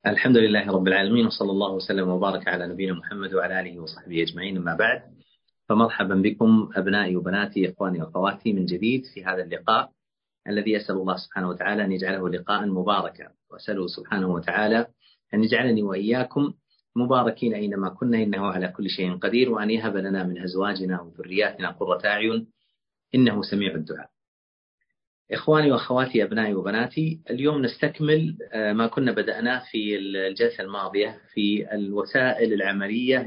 الحمد لله رب العالمين، وصلى الله وسلم وبارك على نبينا محمد وعلى آله وصحبه أجمعين. أما بعد، فمرحبا بكم أبنائي وبناتي، إخواني وأخواتي، من جديد في هذا اللقاء الذي أسأل الله سبحانه وتعالى أن يجعله لقاء مباركا، وأسأله سبحانه وتعالى أن يجعلني وإياكم مباركين أينما كنا، إنه على كل شيء قدير، وأن يهب لنا من أزواجنا وذرياتنا قرة أعين، إنه سميع الدعاء. إخواني وأخواتي، أبنائي وبناتي، اليوم نستكمل ما كنا بدأناه في الجلسة الماضية في الوسائل العملية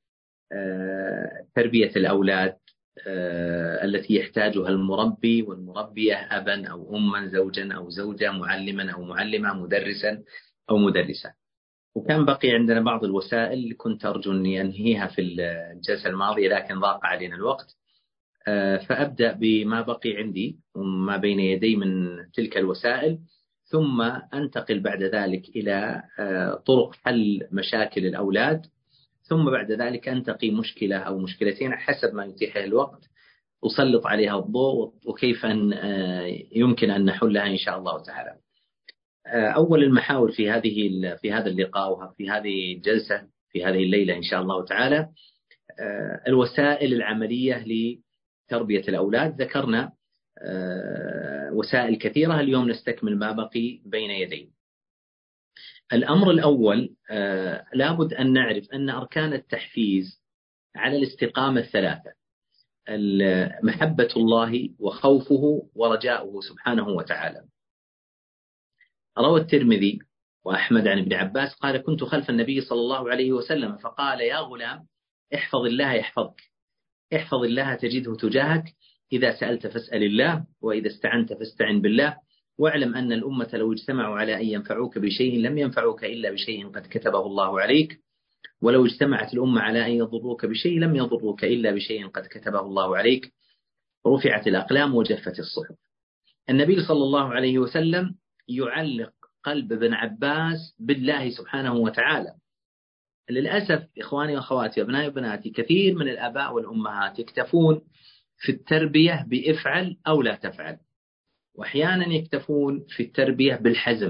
لتربية الأولاد التي يحتاجها المربي والمربية، أبا أو أما، زوجا أو زوجة، معلما أو معلمة، مدرسا أو مدرسة. وكان بقي عندنا بعض الوسائل كنت أرجو أني أنهيها في الجلسة الماضية، لكن ضاق علينا الوقت، فأبدأ بما بقي عندي وما بين يدي من تلك الوسائل، ثم أنتقل بعد ذلك إلى طرق حل مشاكل الأولاد، ثم بعد ذلك أنتقي مشكلة أو مشكلتين حسب ما يتيحه الوقت، أسلط عليها الضوء وكيف أن يمكن أن نحلها إن شاء الله تعالى. أول المحاور في هذا اللقاء وفي هذه الجلسة في هذه الليلة إن شاء الله تعالى الوسائل العملية تربية الأولاد. ذكرنا وسائل كثيرة، اليوم نستكمل ما بقي بين يدي. الأمر الأول، لابد أن نعرف أن أركان التحفيز على الاستقامة الثلاثة: محبة الله وخوفه ورجاؤه سبحانه وتعالى. روى الترمذي وأحمد عن ابن عباس قال: كنت خلف النبي صلى الله عليه وسلم فقال: يا غلام، احفظ الله يحفظك، احفظ الله تجده تجاهك، إذا سألت فاسأل الله، وإذا استعنت فاستعن بالله، واعلم أن الأمة لو اجتمعوا على أن ينفعوك بشيء لم ينفعوك إلا بشيء قد كتبه الله عليك، ولو اجتمعت الأمة على أن يضروك بشيء لم يضروك إلا بشيء قد كتبه الله عليك، رفعت الأقلام وجفت الصحف. النبي صلى الله عليه وسلم يعلق قلب ابن عباس بالله سبحانه وتعالى. للأسف إخواني وأخواتي، أبنائي وبناتي، كثير من الآباء والأمهات يكتفون في التربية بافعل أو لا تفعل، وأحيانا يكتفون في التربية بالحزم.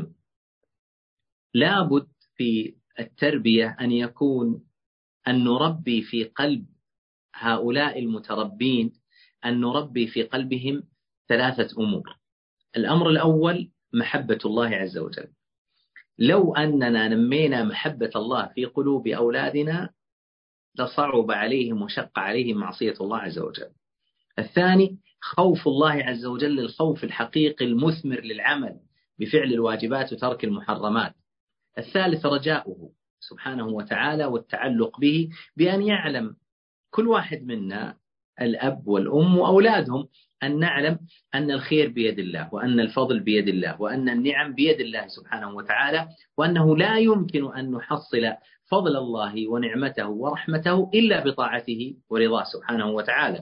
لابد في التربية أن نربي في قلب هؤلاء المتربين، أن نربي في قلبهم ثلاثة أمور. الأمر الأول محبة الله عز وجل. لو أننا نمينا محبة الله في قلوب أولادنا لصعب عليهم وشق عليهم معصية الله عز وجل. الثاني خوف الله عز وجل، الخوف الحقيقي المثمر للعمل بفعل الواجبات وترك المحرمات. الثالث رجاؤه سبحانه وتعالى والتعلق به، بأن يعلم كل واحد منا، الأب والأم وأولادهم، أن نعلم أن الخير بيد الله، وأن الفضل بيد الله، وأن النعم بيد الله سبحانه وتعالى، وأنه لا يمكن أن نحصل فضل الله ونعمته ورحمته إلا بطاعته ورضاه سبحانه وتعالى.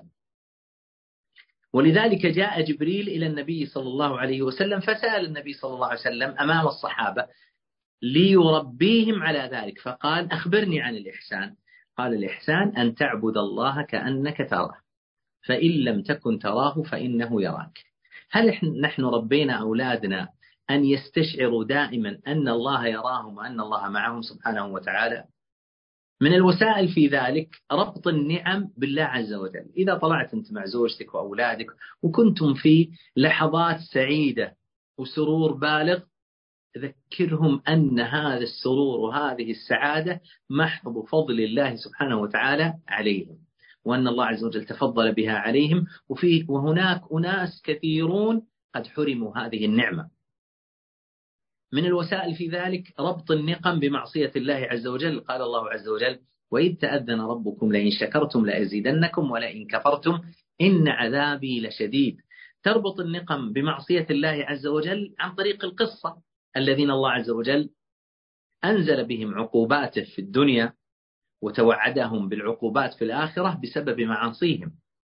ولذلك جاء جبريل إلى النبي صلى الله عليه وسلم فسأل النبي صلى الله عليه وسلم أمام الصحابة ليربيهم على ذلك، فقال: أخبرني عن الإحسان. قال: الإحسان أن تعبد الله كأنك تراه، فإن لم تكن تراه فإنه يراك. هل نحن ربينا أولادنا أن يستشعروا دائما أن الله يراهم وأن الله معهم سبحانه وتعالى؟ من الوسائل في ذلك ربط النعم بالله عز وجل. إذا طلعت أنت مع زوجتك وأولادك وكنتم في لحظات سعيدة وسرور بالغ، ذكرهم أن هذا السرور وهذه السعادة محض فضل الله سبحانه وتعالى عليهم، وأن الله عز وجل تفضل بها عليهم، وهناك أناس كثيرون قد حرموا هذه النعمة. من الوسائل في ذلك ربط النقم بمعصية الله عز وجل. قال الله عز وجل: وإذ تأذن ربكم لئن شكرتم لأزيدنكم ولئن كفرتم إن عذابي لشديد. تربط النقم بمعصية الله عز وجل عن طريق القصة، الذين الله عز وجل أنزل بهم عقوباته في الدنيا وتوعدهم بالعقوبات في الآخرة بسبب معاصيهم.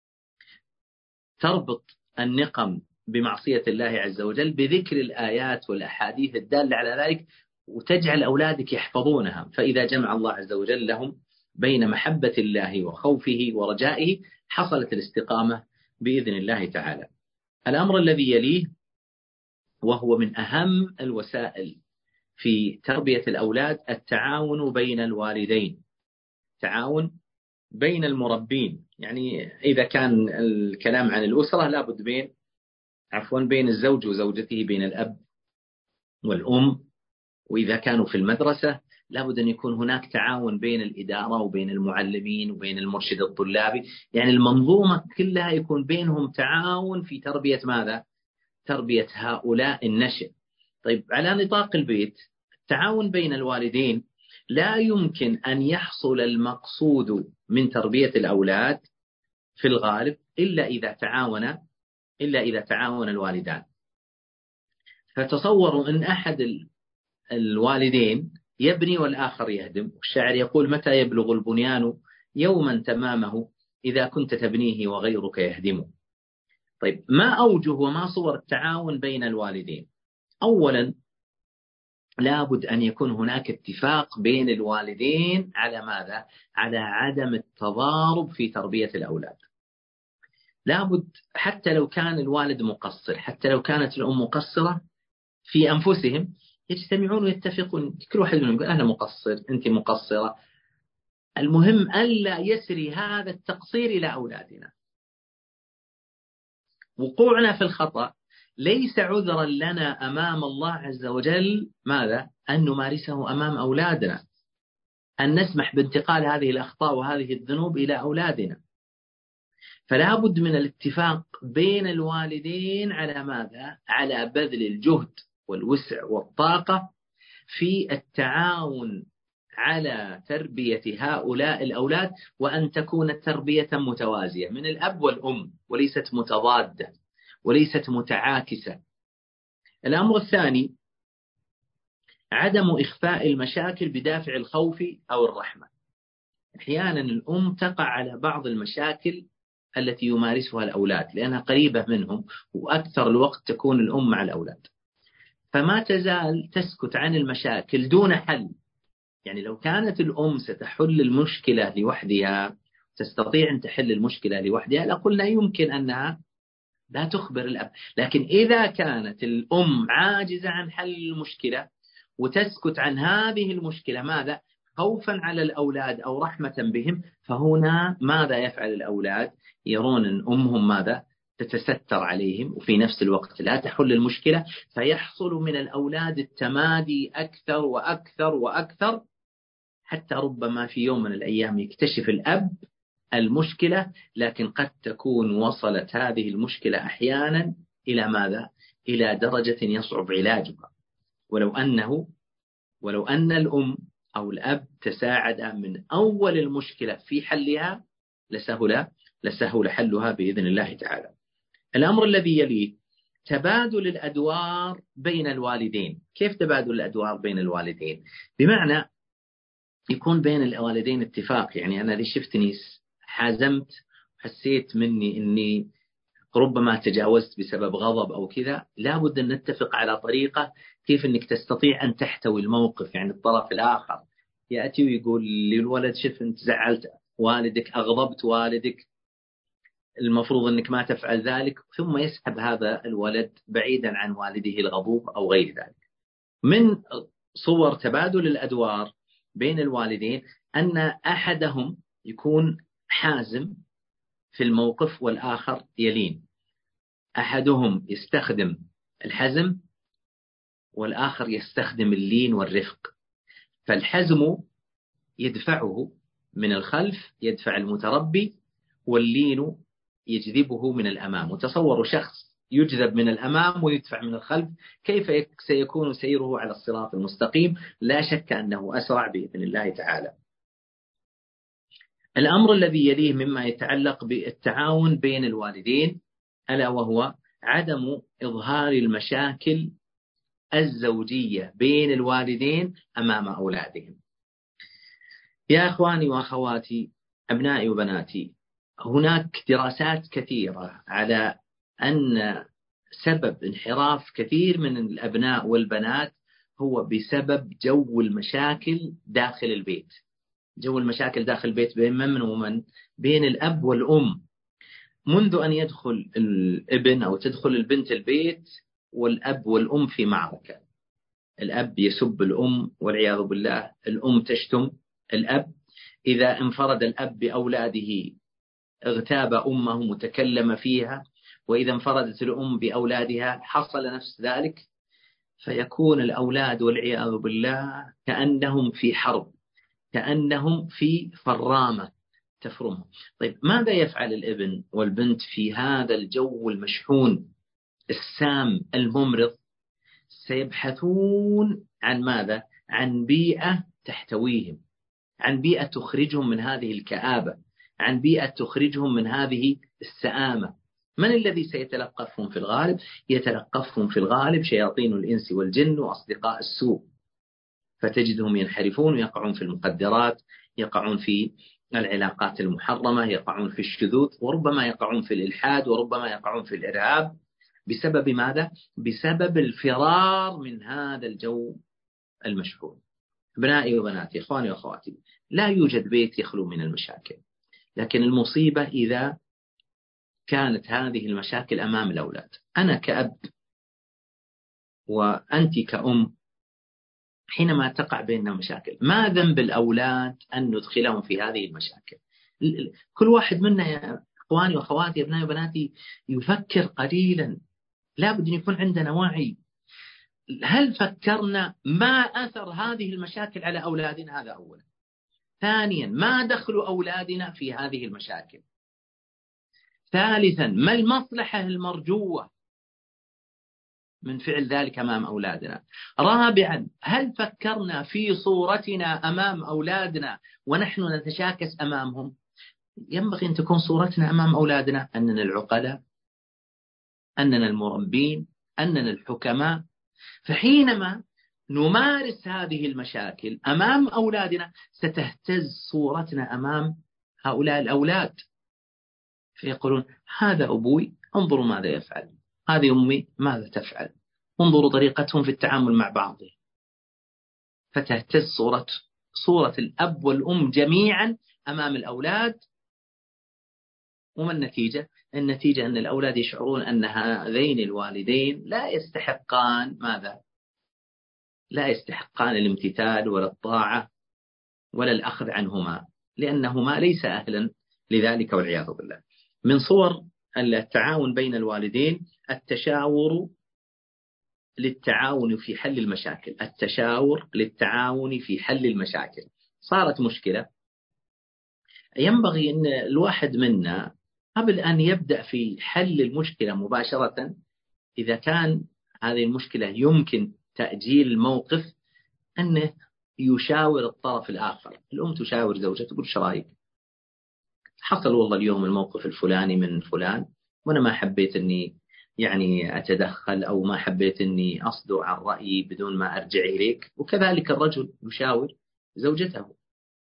تربط النقم بمعصية الله عز وجل بذكر الآيات والأحاديث الدالة على ذلك، وتجعل أولادك يحفظونها. فإذا جمع الله عز وجل لهم بين محبة الله وخوفه ورجائه حصلت الاستقامة بإذن الله تعالى. الأمر الذي يليه، وهو من أهم الوسائل في تربية الأولاد التعاون بين الوالدين، تعاون بين المربين. يعني إذا كان الكلام عن الأسرة لابد بين الزوج وزوجته، بين الأب والأم. وإذا كانوا في المدرسة لابد أن يكون هناك تعاون بين الإدارة وبين المعلمين وبين المرشد الطلابي. يعني المنظومة كلها يكون بينهم تعاون في تربية ماذا؟ تربية هؤلاء النشء. طيب، على نطاق البيت التعاون بين الوالدين لا يمكن أن يحصل المقصود من تربية الأولاد في الغالب إلا إذا تعاون الوالدان. فتصوروا أن أحد الوالدين يبني والآخر يهدم. الشاعر يقول: متى يبلغ البنيان يوما تمامه إذا كنت تبنيه وغيرك يهدمه. طيب، ما أوجه وما صور التعاون بين الوالدين؟ أولا، لابد أن يكون هناك اتفاق بين الوالدين على ماذا؟ على عدم التضارب في تربية الأولاد. لابد، حتى لو كان الوالد مقصر، حتى لو كانت الأم مقصرة في أنفسهم، يجتمعون ويتفقون. كل واحد منهم يقول: أنا مقصر، أنت مقصرة. المهم ألا يسري هذا التقصير إلى أولادنا. وقوعنا في الخطأ ليس عذرا لنا أمام الله عز وجل ماذا؟ أن نمارسه أمام أولادنا، أن نسمح بانتقال هذه الأخطاء وهذه الذنوب إلى أولادنا. فلا بد من الاتفاق بين الوالدين على ماذا؟ على بذل الجهد والوسع والطاقة في التعاون على تربية هؤلاء الأولاد، وأن تكون تربية متوازية من الأب والأم، وليست متضادة وليست متعاكسة. الأمر الثاني: عدم إخفاء المشاكل بدافع الخوف أو الرحمة. أحيانا الأم تقع على بعض المشاكل التي يمارسها الأولاد لأنها قريبة منهم، وأكثر الوقت تكون الأم مع الأولاد، فما تزال تسكت عن المشاكل دون حل. يعني لو كانت الأم ستحل المشكلة لوحدها، تستطيع أن تحل المشكلة لوحدها، لقلنا يمكن أنها لا تخبر الأب. لكن إذا كانت الأم عاجزة عن حل المشكلة وتسكت عن هذه المشكلة، ماذا؟ خوفا على الأولاد أو رحمة بهم، فهنا ماذا يفعل الأولاد؟ يرون أن أمهم ماذا؟ تتستر عليهم، وفي نفس الوقت لا تحل المشكلة، فيحصل من الأولاد التمادي أكثر وأكثر وأكثر، حتى ربما في يوم من الأيام يكتشف الأب المشكلة، لكن قد تكون وصلت هذه المشكلة أحيانا إلى ماذا؟ إلى درجة يصعب علاجها. ولو أن الأم أو الأب تساعد من أول المشكلة في حلها لسهل حلها بإذن الله تعالى. الأمر الذي يليه: تبادل الأدوار بين الوالدين. كيف تبادل الأدوار بين الوالدين؟ بمعنى يكون بين الوالدين اتفاق. يعني أنا شفتني حازمت، حسيت مني أني ربما تجاوزت بسبب غضب أو كذا، لابد أن نتفق على طريقة كيف أنك تستطيع أن تحتوي الموقف. يعني الطرف الآخر يأتي ويقول للولد: شوف أنت زعلت والدك، أغضبت والدك، المفروض أنك ما تفعل ذلك، ثم يسحب هذا الولد بعيدا عن والده الغضوب أو غير ذلك. من صور تبادل الأدوار بين الوالدين أن أحدهم يكون حازم في الموقف والآخر يلين. أحدهم يستخدم الحزم والآخر يستخدم اللين والرفق. فالحزم يدفعه من الخلف، يدفع المتربي، واللين يجذبه من الأمام. وتصوروا شخص يجذب من الأمام ويدفع من الخلف، كيف سيكون سيره على الصراط المستقيم؟ لا شك أنه أسرع بإذن الله تعالى. الأمر الذي يليه مما يتعلق بالتعاون بين الوالدين ألا وهو عدم إظهار المشاكل الزوجية بين الوالدين أمام أولادهم. يا أخواني وأخواتي، أبنائي وبناتي، هناك دراسات كثيرة على أن سبب انحراف كثير من الأبناء والبنات هو بسبب جو المشاكل داخل البيت. جو المشاكل داخل البيت بين من ومن؟ بين الأب والأم. منذ أن يدخل الابن أو تدخل البنت البيت والأب والأم في معركة، الأب يسب الأم والعياذ بالله، الأم تشتم الأب، إذا انفرد الأب بأولاده اغتاب أمه متكلم فيها، وإذا انفردت الأم بأولادها حصل نفس ذلك، فيكون الأولاد والعياذ بالله كأنهم في حرب، كأنهم في فرامة تفرمهم. طيب ماذا يفعل الابن والبنت في هذا الجو المشحون السام الممرض؟ سيبحثون عن ماذا؟ عن بيئة تحتويهم، عن بيئة تخرجهم من هذه الكآبة، عن بيئة تخرجهم من هذه السآمة. من الذي سيتلقفهم في الغالب؟ يتلقفهم في الغالب شياطين الإنس والجن وأصدقاء السوء، فتجدهم ينحرفون ويقعون في المخدرات، يقعون في العلاقات المحرمة، يقعون في الشذوذ، وربما يقعون في الإلحاد، وربما يقعون في الإرهاب. بسبب ماذا؟ بسبب الفرار من هذا الجو المشحون. أبنائي وبناتي، إخواني وأخواتي، لا يوجد بيت يخلو من المشاكل، لكن المصيبة إذا كانت هذه المشاكل أمام الأولاد. أنا كأب وأنت كأم، حينما تقع بيننا مشاكل، ما ذنب الأولاد أن ندخلهم في هذه المشاكل؟ كل واحد منا يا إخواني وأخواتي أبنائي وبناتي يفكر قليلا، لا بد أن يكون عندنا وعي. هل فكرنا ما أثر هذه المشاكل على أولادنا؟ هذا أولا. ثانيا، ما دخل أولادنا في هذه المشاكل؟ ثالثا، ما المصلحة المرجوة من فعل ذلك أمام أولادنا؟ رابعا، هل فكرنا في صورتنا أمام أولادنا ونحن نتشاكس أمامهم؟ ينبغي أن تكون صورتنا أمام أولادنا أننا العقلاء، أننا المربين، أننا الحكماء. فحينما نمارس هذه المشاكل أمام أولادنا ستهتز صورتنا أمام هؤلاء الأولاد، فيقولون هذا أبوي، انظروا ماذا يفعل، هذه أمي ماذا تفعل، انظروا طريقتهم في التعامل مع بعضهم. فتهتز صورة الأب والأم جميعا أمام الأولاد. وما النتيجة؟ النتيجة أن الأولاد يشعرون أن هذين الوالدين لا يستحقان ماذا؟ لا يستحقان الامتثال ولا الطاعة ولا الأخذ عنهما، لأنهما ليس أهلا لذلك والعياذ بالله. من صور التعاون بين الوالدين التشاور للتعاون في حل المشاكل، التشاور للتعاون في حل المشاكل. صارت مشكلة، ينبغي أن الواحد منا قبل أن يبدأ في حل المشكلة مباشرة، إذا كان هذه المشكلة يمكن تأجيل الموقف، أنه يشاور الطرف الآخر. الأم تشاور زوجها تقول ايش رايك؟ حصل والله اليوم الموقف الفلاني من فلان، وأنا ما حبيت أني أتدخل، أو ما حبيت أني أصدر عن رأيي بدون ما أرجع إليك. وكذلك الرجل يشاور زوجته،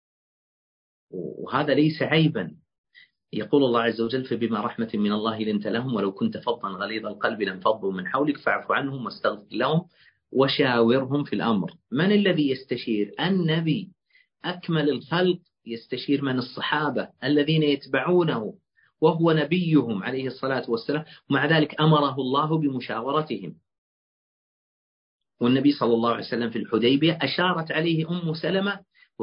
وهذا ليس عيبا. يقول الله عز وجل: فبما رحمة من الله لنت لهم ولو كنت فظا غليظ القلب لانفضوا من حولك فاعف عنهم واستغفر لهم وشاورهم في الأمر. من الذي يستشير؟ النبي أكمل الخلق يستشير من؟ الصحابة الذين يتبعونه وهو نبيهم عليه الصلاة والسلام، ومع ذلك أمره الله بمشاورتهم. والنبي صلى الله عليه وسلم في الحديبية أشارت عليه أم سلمة،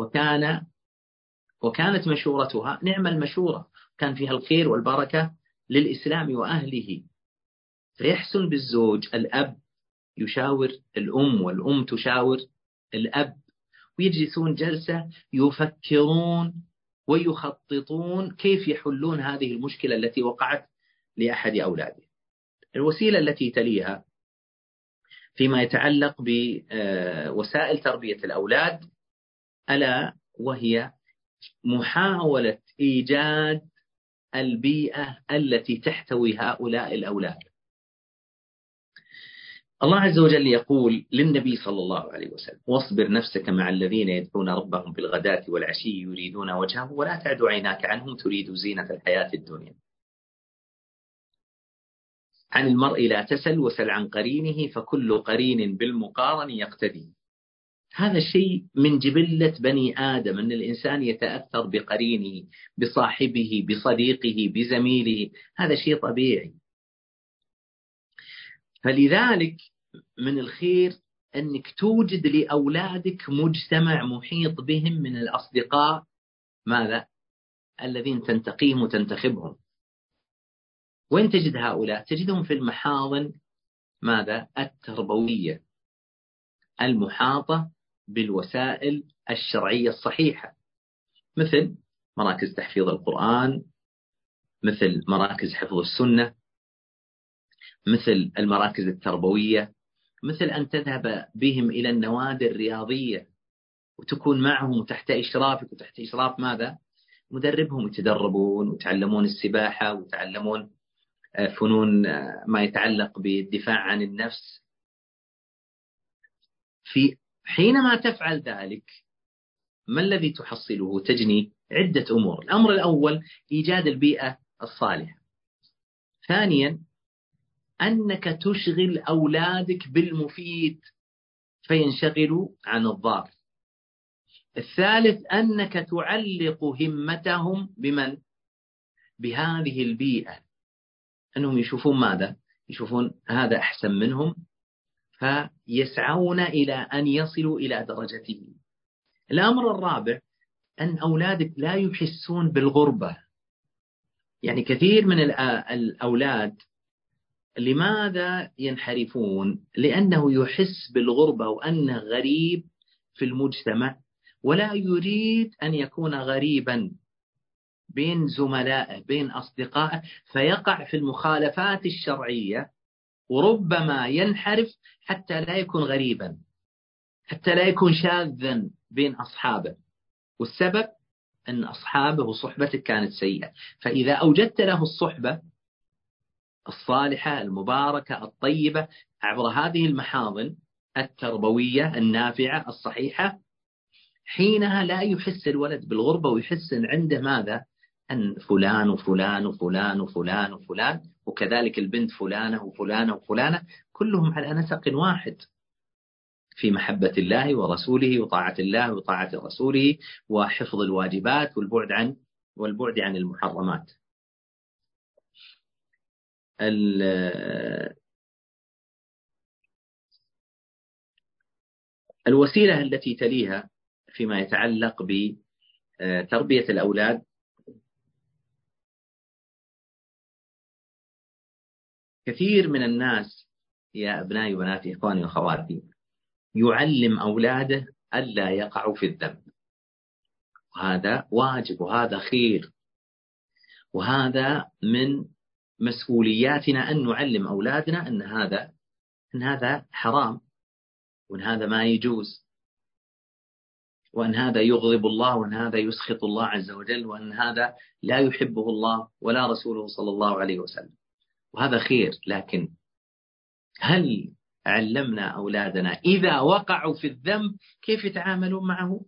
وكانت مشورتها نعم المشورة، كان فيها الخير والبركة للإسلام وأهله. فيحسن بالزوج الأب يشاور الأم والأم تشاور الأب، ويجلسون جلسة يفكرون ويخططون كيف يحلون هذه المشكلة التي وقعت لأحد أولاده. الوسيلة التي تليها فيما يتعلق بوسائل تربية الأولاد، ألا وهي محاولة إيجاد البيئة التي تحتوي هؤلاء الأولاد. الله عز وجل يقول للنبي صلى الله عليه وسلم: واصبر نفسك مع الذين يدعون ربهم بالغداة والعشي يريدون وجهه ولا تعد عيناك عنهم تريد زينة الحياة الدنيا. عن المرء لا تسل وسل عن قرينه فكل قرين بالمقارن يقتدي. هذا الشيء من جبلة بني آدم، أن الإنسان يتأثر بقرينه، بصاحبه، بصديقه، بزميله. هذا شيء طبيعي. فلذلك من الخير أنك توجد لأولادك مجتمع محيط بهم من الأصدقاء ماذا؟ الذين تنتقيهم وتنتخبهم. وين تجد هؤلاء؟ تجدهم في المحاضن ماذا؟ التربوية المحاطة بالوسائل الشرعية الصحيحة، مثل مراكز تحفيظ القرآن، مثل مراكز حفظ السنة، مثل المراكز التربوية، مثل أن تذهب بهم إلى النوادي الرياضية وتكون معهم تحت إشرافك وتحت إشراف ماذا؟ مدربهم، يتدربون ويتعلمون السباحة ويتعلمون فنون ما يتعلق بالدفاع عن النفس. حينما تفعل ذلك ما الذي تحصله؟ تجني عدة أمور. الأمر الأول إيجاد البيئة الصالحة. ثانيا أنك تشغل أولادك بالمفيد فينشغلوا عن الضار. الثالث أنك تعلق همتهم بمن؟ بهذه البيئة، أنهم يشوفون ماذا؟ يشوفون هذا أحسن منهم فيسعون إلى أن يصلوا إلى درجته. الأمر الرابع أن أولادك لا يحسون بالغربة. يعني كثير من الأولاد لماذا ينحرفون؟ لأنه يحس بالغربة وأنه غريب في المجتمع ولا يريد أن يكون غريبا بين زملائه بين أصدقائه، فيقع في المخالفات الشرعية وربما ينحرف حتى لا يكون غريبا، حتى لا يكون شاذا بين أصحابه. والسبب أن أصحابه وصحبتك كانت سيئة. فإذا أوجدت له الصحبة الصالحة المباركة الطيبة عبر هذه المحاضن التربوية النافعة الصحيحة، حينها لا يحس الولد بالغربة ويحس أن عنده ماذا؟ أن فلان وفلان وفلان وفلان وفلان، وكذلك البنت فلانة وفلانة وفلانة، كلهم على نسق واحد في محبة الله ورسوله وطاعة الله وطاعة رسوله وحفظ الواجبات والبعد عن المحرمات. الوسيلة التي تليها فيما يتعلق بتربية الأولاد كثير من الناس يا أبنائي وبناتي إخواني وأخواتي يعلم أولاده ألا يقعوا في الذنب، وهذا واجب وهذا خير، وهذا من مسؤولياتنا أن نعلم أولادنا أن هذا حرام، وأن هذا ما يجوز، وأن هذا يغضب الله، وأن هذا يسخط الله عز وجل، وأن هذا لا يحبه الله ولا رسوله صلى الله عليه وسلم، وهذا خير. لكن هل علمنا أولادنا إذا وقعوا في الذنب كيف يتعاملون معه؟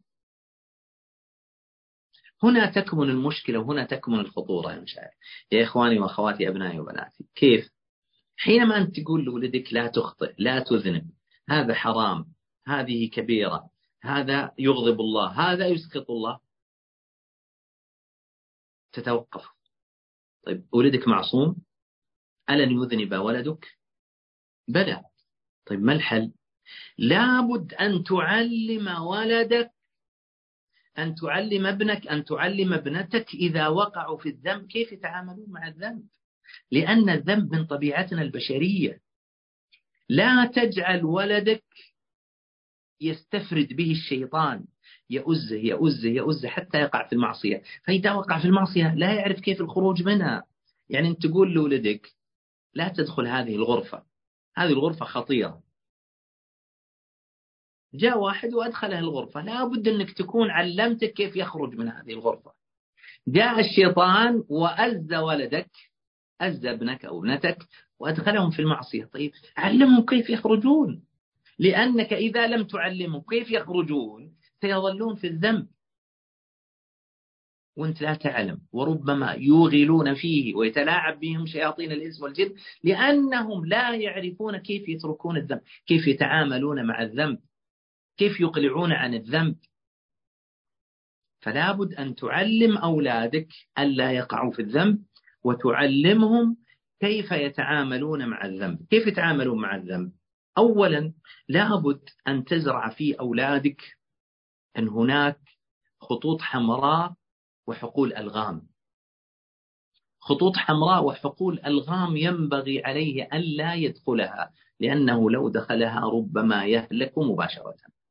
هنا تكمن المشكلة وهنا تكمن الخطورة يا مشاهد يا إخواني وأخواتي أبنائي وبناتي. كيف؟ حينما أنت تقول لولدك لا تخطئ لا تذنب، هذا حرام، هذه كبيرة، هذا يغضب الله، هذا يسخط الله، تتوقف. طيب ولدك معصوم؟ ألن يذنب ولدك؟ بلى. طيب ما الحل؟ لابد أن تعلم ولدك، أن تعلم ابنك، أن تعلم ابنتك إذا وقعوا في الذنب كيف يتعاملون مع الذنب، لأن الذنب من طبيعتنا البشرية. لا تجعل ولدك يستفرد به الشيطان، يؤزه يؤزه يؤزه حتى يقع في المعصية، فإذا وقع في المعصية لا يعرف كيف الخروج منها. يعني أنت تقول لولدك لا تدخل هذه الغرفة، هذه الغرفة خطيرة، جاء واحد وأدخله الغرفة، لا بد أنك تكون علمتك كيف يخرج من هذه الغرفة. جاء الشيطان وأز ولدك، أز ابنك أو ابنتك وأدخلهم في المعصية. طيب علمهم كيف يخرجون، لأنك إذا لم تعلمهم كيف يخرجون سيظلون في الذنب وانت لا تعلم، وربما يوغلون فيه ويتلاعب بهم شياطين الإنس والجن، لأنهم لا يعرفون كيف يتركون الذنب، كيف يتعاملون مع الذنب، كيف يقلعون عن الذنب. فلا بد أن تعلم أولادك ألا يقعوا في الذنب، وتعلمهم كيف يتعاملون مع الذنب. كيف يتعاملون مع الذنب؟ أولا لابد أن تزرع في أولادك أن هناك خطوط حمراء وحقول ألغام. خطوط حمراء وحقول ألغام ينبغي عليه أن لا يدخلها، لأنه لو دخلها ربما يهلك مباشرة.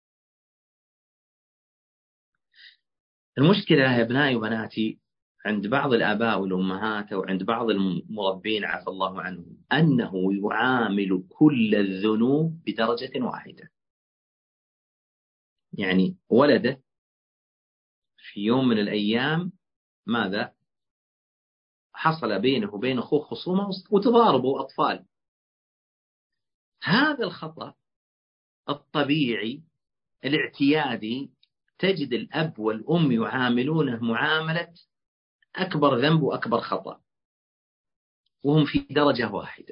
المشكلة يا أبنائي وبناتي عند بعض الآباء والأمهات أو عند بعض المربين عفى الله عنهم أنه يعامل كل الذنوب بدرجة واحدة. يعني ولده في يوم من الأيام ماذا؟ حصل بينه وبين أخوه خصومة وتضاربوا أطفال. هذا الخطأ الطبيعي الاعتيادي تجد الأب والأم يعاملونه معاملة أكبر ذنب وأكبر خطأ، وهم في درجة واحدة.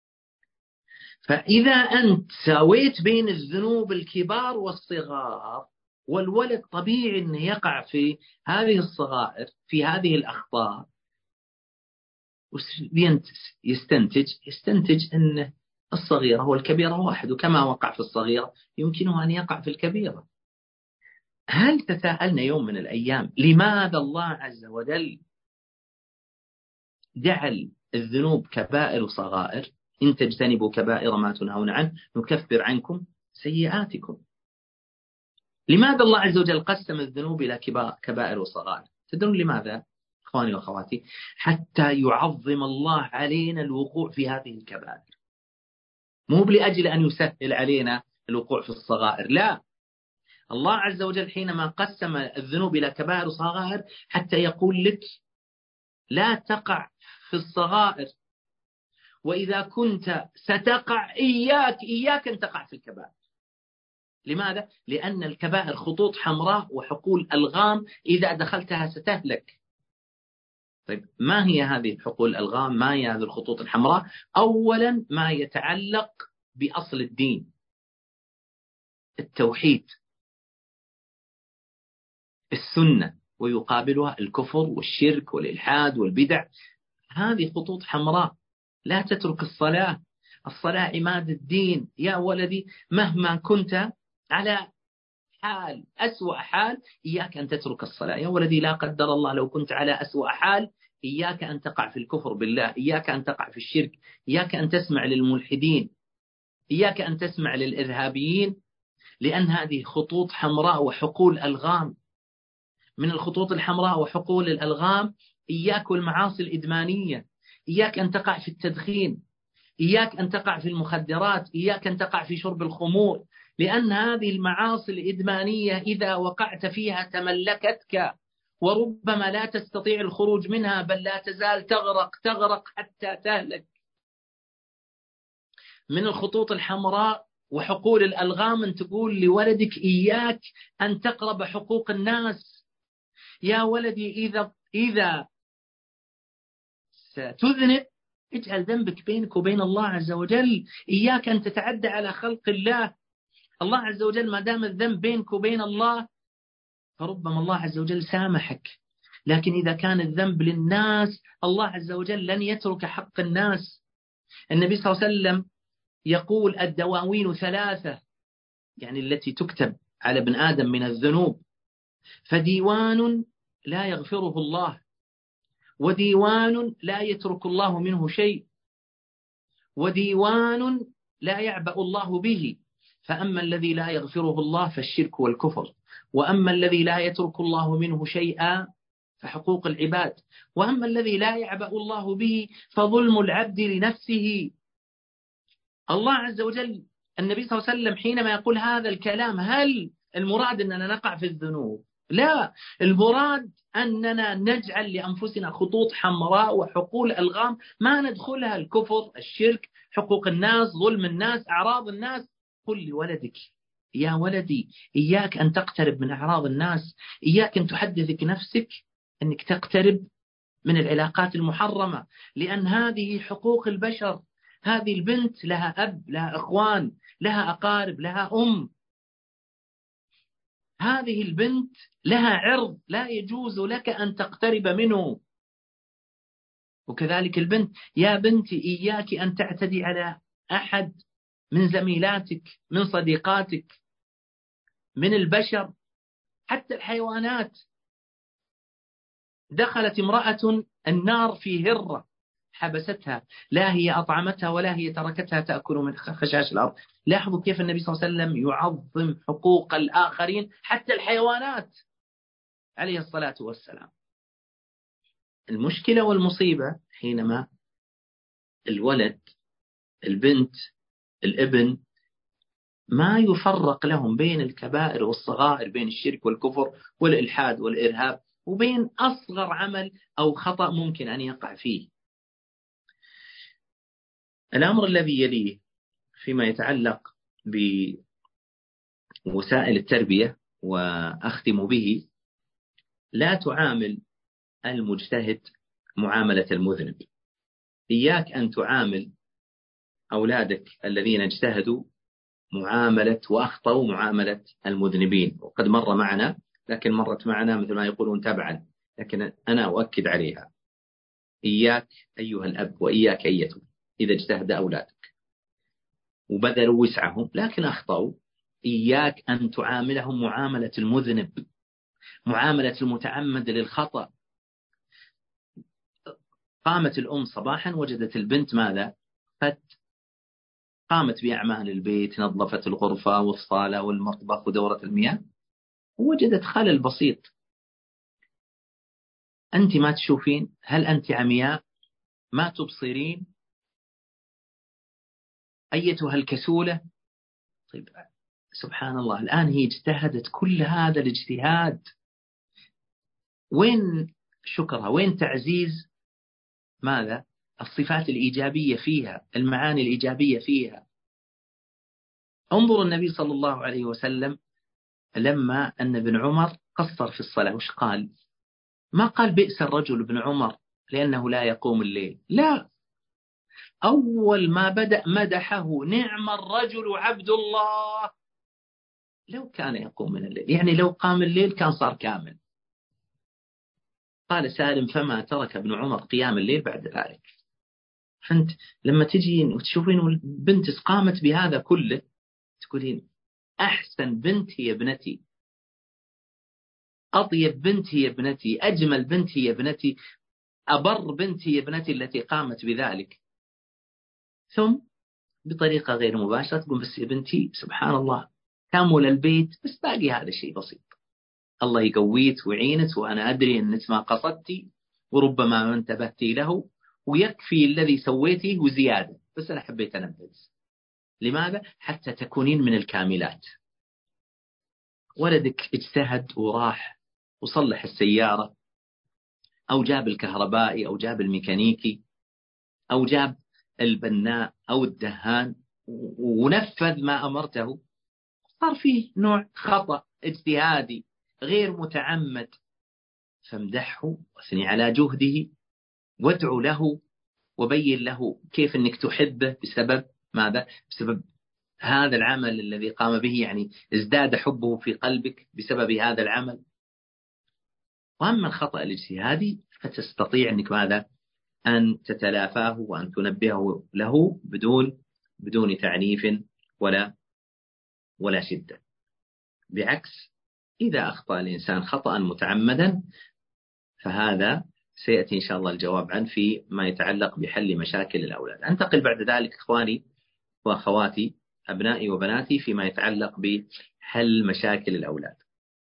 فإذا أنت ساويت بين الذنوب الكبار والصغار، والولد طبيعي أنه يقع في هذه الصغائر، في هذه الأخطاء، يستنتج أن الصغيرة والكبيرة واحد، وكما وقع في الصغيرة يمكنه أن يقع في الكبيرة. هل تساءلنا يوم من الأيام لماذا الله عز وجل جعل الذنوب كبائر وصغائر؟ إن تجتنبوا كبائر ما تنهون عنه نكفر عنكم سيئاتكم. لماذا الله عز وجل قسم الذنوب إلى كبائر وصغائر؟ تدرون لماذا إخواني وأخواتي؟ حتى يعظم الله علينا الوقوع في هذه الكبائر، مو لأجل أن يسهل علينا الوقوع في الصغائر، لا. الله عز وجل حينما قسم الذنوب إلى كبائر وصغائر حتى يقول لك لا تقع في الصغائر، وإذا كنت ستقع إياك أن تقع في الكبائر. لماذا؟ لأن الكبائر خطوط حمراء وحقول ألغام، إذا دخلتها ستهلك. طيب ما هي هذه الحقول الألغام؟ ما هي هذه الخطوط الحمراء؟ أولا ما يتعلق بأصل الدين، التوحيد، السنة، ويقابلها الكفر والشرك والإلحاد والبدع. هذه خطوط حمراء. لا تترك الصلاة. الصلاة عماد الدين يا ولدي، مهما كنت على حال أسوأ حال إياك أن تترك الصلاة يا ولدي. لا قدر الله لو كنت على أسوأ حال إياك أن تقع في الكفر بالله، إياك أن تقع في الشرك، إياك أن تسمع للملحدين، إياك أن تسمع للإرهابيين، لأن هذه خطوط حمراء وحقول ألغام. من الخطوط الحمراء وحقول الألغام إياك والمعاصي الإدمانية، إياك أن تقع في التدخين، إياك أن تقع في المخدرات، إياك أن تقع في شرب الخمور، لأن هذه المعاصي الإدمانية إذا وقعت فيها تملكتك، وربما لا تستطيع الخروج منها، بل لا تزال تغرق حتى تهلك. من الخطوط الحمراء وحقول الألغام أن تقول لولدك إياك أن تقرب حقوق الناس. يا ولدي إذا ستذنب اجعل ذنبك بينك وبين الله عز وجل، إياك أن تتعدى على خلق الله. الله عز وجل ما دام الذنب بينك وبين الله فربما الله عز وجل سامحك، لكن إذا كان الذنب للناس الله عز وجل لن يترك حق الناس. النبي صلى الله عليه وسلم يقول الدواوين ثلاثة، يعني التي تكتب على ابن آدم من الذنوب، فديوان لا يغفره الله، وديوان لا يترك الله منه شيء، وديوان لا يعبأ الله به. فأما الذي لا يغفره الله فالشرك والكفر، وأما الذي لا يترك الله منه شيئا فحقوق العباد، وأما الذي لا يعبأ الله به فظلم العبد لنفسه. الله عز وجل النبي صلى الله عليه وسلم حينما يقول هذا الكلام هل المراد أننا نقع في الذنوب؟ لا، المراد أننا نجعل لأنفسنا خطوط حمراء وحقول ألغام ما ندخلها، الكفر، الشرك، حقوق الناس، ظلم الناس، أعراض الناس. قل لولدك يا ولدي إياك أن تقترب من أعراض الناس، إياك أن تحدثك نفسك أنك تقترب من العلاقات المحرمة، لأن هذه حقوق البشر. هذه البنت لها أب، لها أخوان، لها أقارب، لها أم. هذه البنت لها عرض لا يجوز لك أن تقترب منه. وكذلك البنت، يا بنتي إياك أن تعتدي على أحد من زميلاتك، من صديقاتك، من البشر، حتى الحيوانات. دخلت امرأة النار في هرة حبستها، لا هي أطعمتها ولا هي تركتها تأكل من خشاش الأرض. لاحظوا كيف النبي صلى الله عليه وسلم يعظم حقوق الآخرين، حتى الحيوانات عليه الصلاة والسلام. المشكلة والمصيبة حينما الولد، البنت، الابن ما يفرق لهم بين الكبائر والصغائر، بين الشرك والكفر والإلحاد والإرهاب، وبين أصغر عمل أو خطأ ممكن أن يقع فيه. الأمر الذي يليه فيما يتعلق بوسائل التربية وأختم به: لا تعامل المجتهد معاملة المذنب. إياك أن تعامل أولادك الذين اجتهدوا معاملة وأخطأوا معاملة المذنبين. وقد مر معنا، لكن مرت معنا مثل ما يقولون تبعا، لكن أنا أؤكد عليها. إياك أيها الأب وإياك أيتها، إذا اجتهد أولادك وبذلوا وسعهم لكن أخطأوا، إياك أن تعاملهم معاملة المذنب، معاملة المتعمد للخطأ. قامت الأم صباحا وجدت البنت ماذا؟ قد قامت بأعمال البيت، نظفت الغرفة والصالة والمطبخ ودورة المياه، ووجدت خلل بسيط. أنت ما تشوفين؟ هل أنت عمياء ما تبصرين أيتها الكسولة؟ طيب سبحان الله، الآن هي اجتهدت كل هذا الاجتهاد، وين شكرها؟ وين تعزيز ماذا؟ الصفات الإيجابية فيها، المعاني الإيجابية فيها. انظر النبي صلى الله عليه وسلم لما أن ابن عمر قصر في الصلاة وش قال؟ ما قال بئس الرجل ابن عمر لأنه لا يقوم الليل، لا، أول ما بدأ مدحه: نعم الرجل عبد الله لو كان يقوم من الليل، يعني لو قام الليل كان صار كامل. قال سالم: فما ترك ابن عمر قيام الليل بعد ذلك. فأنت لما تجين وتشوفين البنت قامت بهذا كله تقولين أحسن بنت هي ابنتي، أطيب بنت هي ابنتي، أجمل بنت هي ابنتي، أبر بنت هي ابنتي التي قامت بذلك. ثم بطريقة غير مباشرة تقول: بس يا بنتي سبحان الله كامل البيت، بس باقي هذا الشيء بسيط، الله يقويك ويعينك، وأنا أدري أنك ما قصدتي وربما ما انتبهتي له، ويكفي الذي سويته وزيادة، بس أنا حبيت أنبذ. لماذا؟ حتى تكونين من الكاملات. ولدك اجتهد وراح وصلح السيارة، أو جاب الكهربائي، أو جاب الميكانيكي، أو جاب البناء أو الدهان، ونفذ ما أمرته، صار فيه نوع خطأ اجتهادي غير متعمد، فامدحه واثني على جهده، وادعو له، وبين له كيف أنك تحبه بسبب ماذا؟ بسبب هذا العمل الذي قام به، يعني ازداد حبه في قلبك بسبب هذا العمل. وأما الخطأ الاجتهادي فتستطيع أنك ماذا؟ أن تتلافاه وأن تنبهه له بدون تعنيف ولا شدة. بعكس إذا أخطأ الإنسان خطأ متعمدا فهذا سيأتي إن شاء الله الجواب عنه في ما يتعلق بحل مشاكل الأولاد. أنتقل بعد ذلك إخواني وأخواتي، أبنائي وبناتي، فيما يتعلق بحل مشاكل الأولاد.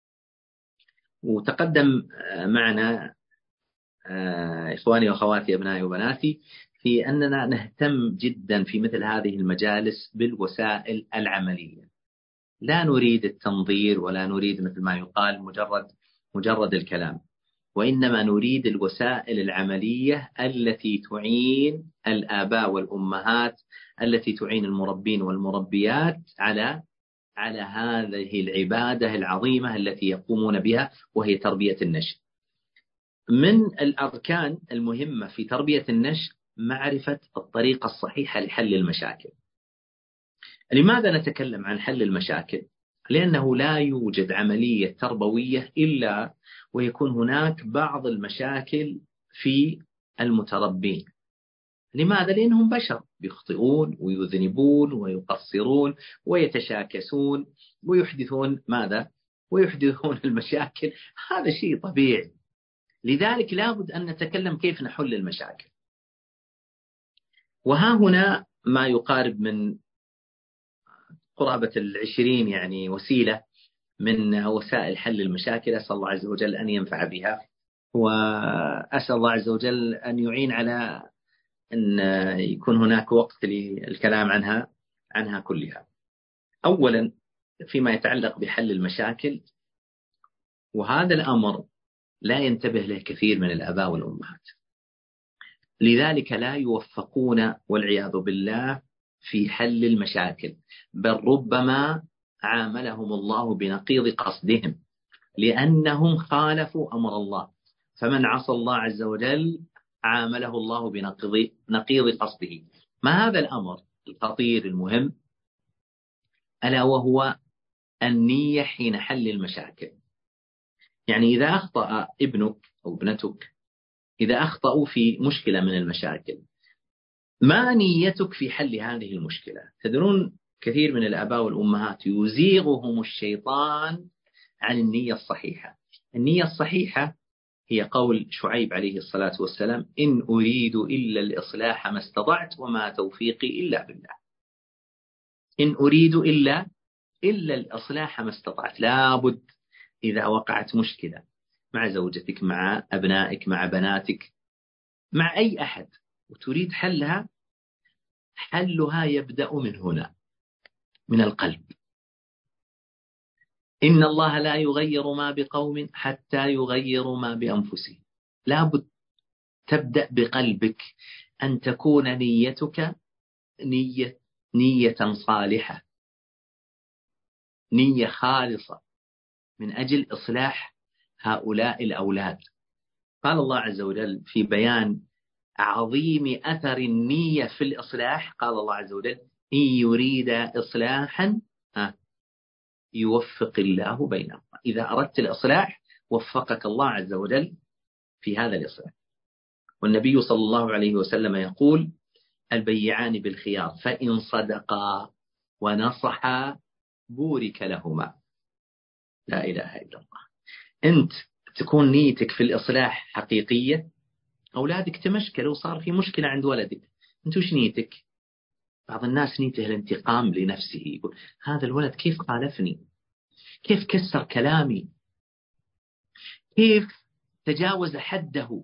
وتقدم معنا إخواني وأخواتي أبنائي وبناتي في أننا نهتم جدا في مثل هذه المجالس بالوسائل العملية. لا نريد التنظير ولا نريد مثل ما يقال مجرد الكلام، وإنما نريد الوسائل العملية التي تعين الآباء والأمهات، التي تعين المربين والمربيات على هذه العبادة العظيمة التي يقومون بها، وهي تربية النشء. من الأركان المهمة في تربية النشء معرفة الطريقة الصحيحة لحل المشاكل. لماذا نتكلم عن حل المشاكل؟ لأنه لا يوجد عملية تربوية إلا ويكون هناك بعض المشاكل في المتربين، لماذا؟ لأنهم بشر بيخطئون ويذنبون ويقصرون ويتشاكسون ويحدثون ماذا؟ ويحدثون المشاكل. هذا شيء طبيعي. لذلك لابد أن نتكلم كيف نحل المشاكل. وها هنا ما يقارب من قرابة 20 يعني وسيلة من وسائل حل المشاكل، أسأل الله عز وجل أن ينفع بها، وأسأل الله عز وجل أن يعين على أن يكون هناك وقت للكلام عنها كلها. أولا فيما يتعلق بحل المشاكل، وهذا الأمر لا ينتبه له كثير من الآباء والأمهات، لذلك لا يوفقون والعياذ بالله في حل المشاكل، بل ربما عاملهم الله بنقيض قصدهم، لأنهم خالفوا أمر الله. فمن عصى الله عز وجل عامله الله بنقيض قصده. ما هذا الأمر الخطير المهم؟ ألا وهو النية حين حل المشاكل. يعني إذا أخطأ ابنك أو ابنتك، إذا أخطأوا في مشكلة من المشاكل، ما نيتك في حل هذه المشكلة؟ تدرون كثير من الآباء والأمهات يزيغهم الشيطان عن النية الصحيحة. النية الصحيحة هي قول شعيب عليه الصلاة والسلام: إن أريد إلا الإصلاح ما استطعت وما توفيقي إلا بالله. إن أريد إلا الإصلاح ما استطعت. لابد إذا وقعت مشكلة مع زوجتك، مع أبنائك، مع بناتك، مع أي أحد، وتريد حلها يبدأ من هنا، من القلب. إن الله لا يغير ما بقوم حتى يغيروا ما بأنفسهم. لابد تبدأ بقلبك، أن تكون نيتك نية صالحة، نية خالصة من أجل إصلاح هؤلاء الأولاد. قال الله عز وجل في بيان عظيم أثر النية في الإصلاح، قال الله عز وجل: إن يريد إصلاحا يوفق الله بينهما. إذا أردت الإصلاح وفقك الله عز وجل في هذا الإصلاح. والنبي صلى الله عليه وسلم يقول: البيعان بالخيار فإن صدقا ونصحا بورك لهما. لا إله إلا الله. أنت تكون نيتك في الإصلاح حقيقية، أولادك تمشكلوا وصار في مشكلة عند ولدك، أنت وش نيتك؟ بعض الناس نيته الانتقام لنفسه، يقول: هذا الولد كيف خالفني، كيف كسر كلامي، كيف تجاوز حده،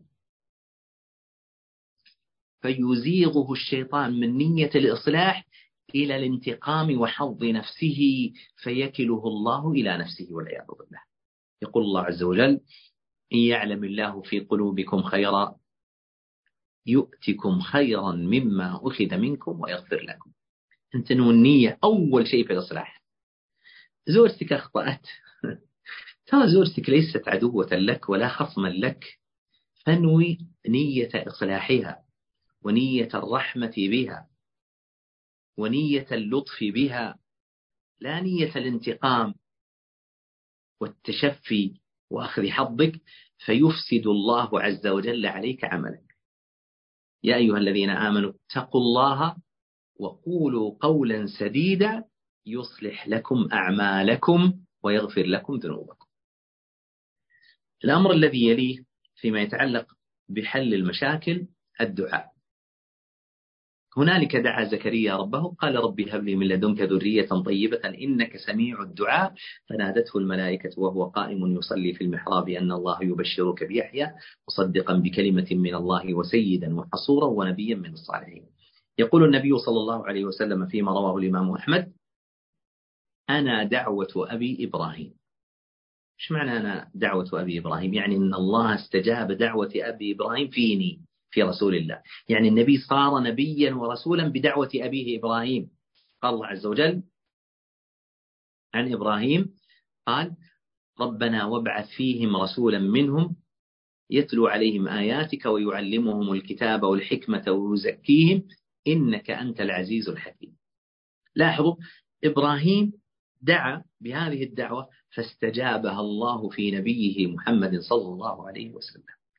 فيزيغه الشيطان من نية الإصلاح إلى الانتقام وحظ نفسه، فيكله الله إلى نفسه والعياذ بالله. يقول الله عز وجل: إن يعلم الله في قلوبكم خيرا يؤتكم خيرا مما أخذ منكم ويغفر لكم. أنت نوى النية أول شيء في الإصلاح. زوجتك أخطأت، ترى زوجتك ليست عدوة لك ولا خصما لك، فانوي نية إصلاحها ونية الرحمة بها ونية اللطف بها، لا نية الانتقام والتشفي وأخذ حظك، فيفسد الله عز وجل عليك عملك. يا أيها الذين آمنوا اتقوا الله وقولوا قولا سديدا يصلح لكم أعمالكم ويغفر لكم ذنوبكم. الأمر الذي يليه فيما يتعلق بحل المشاكل الدعاء. هنالك دعا زكريا ربه قال: ربي هب لي من لدنك ذرية طيبة إنك سميع الدعاء، فنادته الملائكة وهو قائم يصلي في المحراب أن الله يبشرك بيحيى مصدقا بكلمة من الله وسيدا وحصورا ونبيا من الصالحين. يقول النبي صلى الله عليه وسلم فيما رواه الإمام أحمد: أنا دعوة أبي إبراهيم. إيش معنى أنا دعوة أبي إبراهيم؟ يعني أن الله استجاب دعوة أبي إبراهيم فيني، في رسول الله. يعني النبي صار نبيا ورسولا بدعوة أبيه إبراهيم. قال الله عز وجل عن إبراهيم قال: ربنا وابعث فيهم رسولا منهم يتلو عليهم آياتك ويعلمهم الكتاب والحكمة ويزكيهم إنك أنت العزيز الحكيم. لاحظوا، إبراهيم دعا بهذه الدعوة فاستجابها الله في نبيه محمد صلى الله عليه وسلم.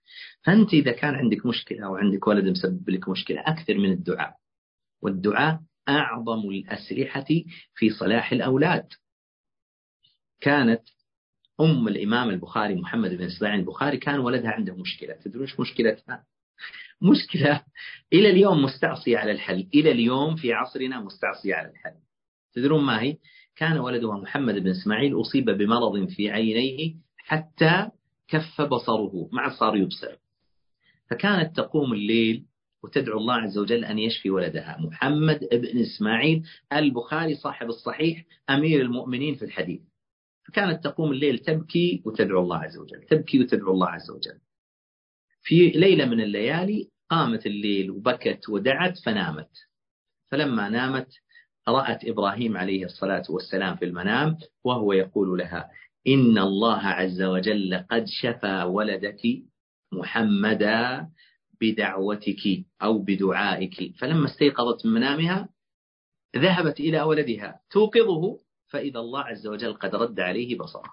فأنت إذا كان عندك مشكلة أو عندك ولد مسبب لك مشكلة، أكثر من الدعاء، والدعاء أعظم الأسلحة في صلاح الأولاد. كانت أم الإمام البخاري محمد بن إسماعيل البخاري كان ولدها عنده مشكلة. تدرون إيش مشكلتها؟ مشكلة إلى اليوم مستعصية على الحل، إلى اليوم في عصرنا مستعصية على الحل. تدرون ما هي؟ كان ولدها محمد بن إسماعيل أصيب بمرض في عينيه حتى كف بصره، ما عاد صار يبصر. فكانت تقوم الليل وتدعو الله عز وجل أن يشفي ولدها محمد بن إسماعيل البخاري صاحب الصحيح أمير المؤمنين في الحديث. فكانت تقوم الليل تبكي وتدعو الله عز وجل، تبكي وتدعو الله عز وجل. في ليلة من الليالي قامت الليل وبكت ودعت فنامت. فلما نامت رأت إبراهيم عليه الصلاة والسلام في المنام وهو يقول لها: إن الله عز وجل قد شفى ولدك محمدا بدعوتك أو بدعائك. فلما استيقظت من منامها ذهبت إلى ولدها توقظه، فإذا الله عز وجل قد رد عليه بصره.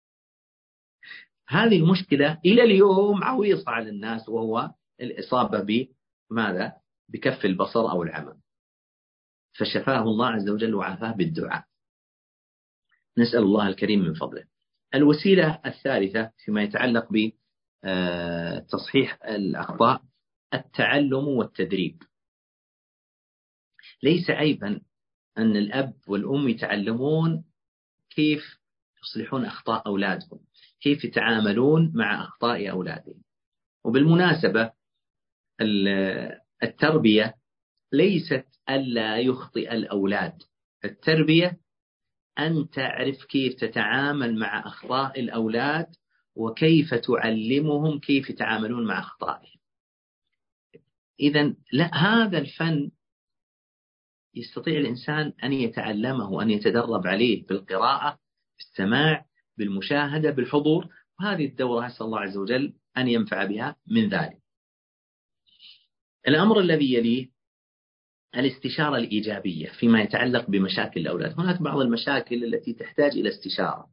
هذه المشكلة إلى اليوم عويصة على الناس، وهو الإصابة بماذا؟ بكف البصر أو العمى. فشفاه الله عز وجل وعافاه بالدعاء. نسأل الله الكريم من فضله. الوسيلة الثالثة فيما يتعلق بتصحيح الأخطاء التعلم والتدريب. ليس عيبا أن الأب والأم يتعلمون كيف يصلحون أخطاء أولادهم، كيف يتعاملون مع أخطاء أولادهم. وبالمناسبة التربية ليست ألا يخطئ الأولاد، التربية أن تعرف كيف تتعامل مع أخطاء الأولاد وكيف تعلمهم كيف يتعاملون مع أخطائهم. إذن لا، هذا الفن يستطيع الإنسان أن يتعلمه وأن يتدرب عليه بالقراءة، بالسماع، بالمشاهدة، بالحضور. وهذه الدورة أسأل الله عز وجل أن ينفع بها من ذلك. الأمر الذي يليه الاستشارة الإيجابية فيما يتعلق بمشاكل الأولاد. هناك بعض المشاكل التي تحتاج إلى استشارة،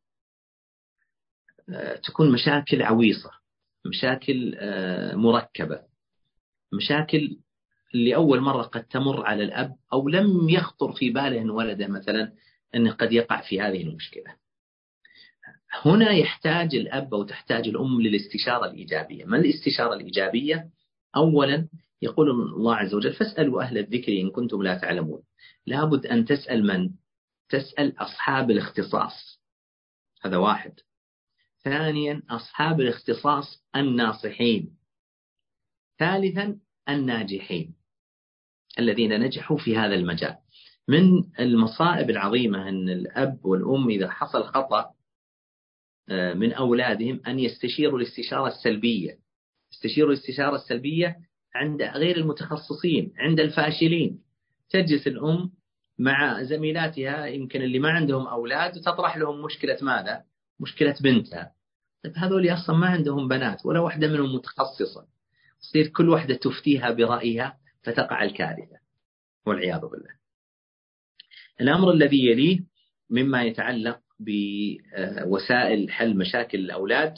تكون مشاكل عويصة، مشاكل مركبة، مشاكل لأول مرة قد تمر على الأب أو لم يخطر في باله أن ولده مثلا أنه قد يقع في هذه المشكلة. هنا يحتاج الأب أو تحتاج الأم للاستشارة الإيجابية. ما الاستشارة الإيجابية؟ أولا يقول الله عز وجل: فاسألوا أهل الذكر إن كنتم لا تعلمون. لابد أن تسأل من؟ تسأل أصحاب الاختصاص، هذا واحد. ثانيا أصحاب الاختصاص الناصحين. ثالثا الناجحين الذين نجحوا في هذا المجال. من المصائب العظيمة أن الأب والأم إذا حصل خطأ من أولادهم أن يستشيروا الاستشارة السلبية. يستشيروا الاستشارة السلبية عند غير المتخصصين، عند الفاشلين. تجلس الأم مع زميلاتها يمكن اللي ما عندهم أولاد وتطرح لهم مشكلة ماذا؟ مشكلة بنتها. طيب هذول أصلا ما عندهم بنات ولا واحدة منهم متخصصة، تصير كل واحدة تفتيها برأيها فتقع الكارثة والعياذ بالله. الأمر الذي يليه مما يتعلق بوسائل حل مشاكل الأولاد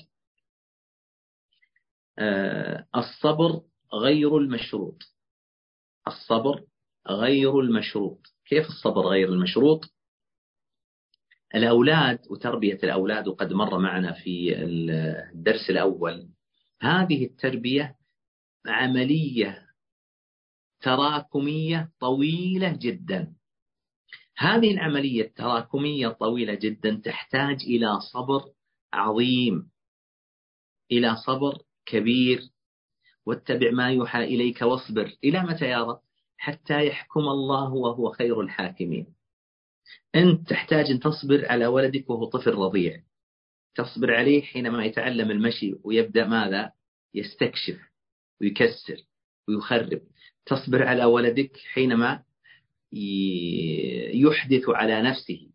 الصبر غير المشروط. الصبر غير المشروط. كيف الصبر غير المشروط؟ الأولاد وتربية الأولاد، وقد مر معنا في الدرس الأول، هذه التربية عملية تراكمية طويلة جدا. هذه العملية التراكمية طويلة جدا تحتاج إلى صبر عظيم، إلى صبر كبير. واتبع ما يوحى إليك واصبر. إلى متى يا رب؟ حتى يحكم الله وهو خير الحاكمين. أنت تحتاج أن تصبر على ولدك وهو طفل رضيع، تصبر عليه حينما يتعلم المشي ويبدأ ماذا؟ يستكشف ويكسر ويخرب. تصبر على ولدك حينما يحدث على نفسه.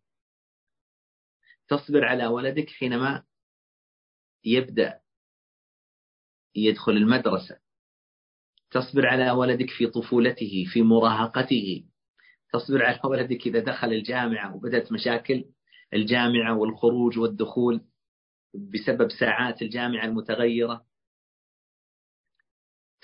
تصبر على ولدك حينما يبدأ يدخل المدرسة. تصبر على ولدك في طفولته، في مراهقته. تصبر على ولدك إذا دخل الجامعة وبدأت مشاكل الجامعة والخروج والدخول بسبب ساعات الجامعة المتغيرة.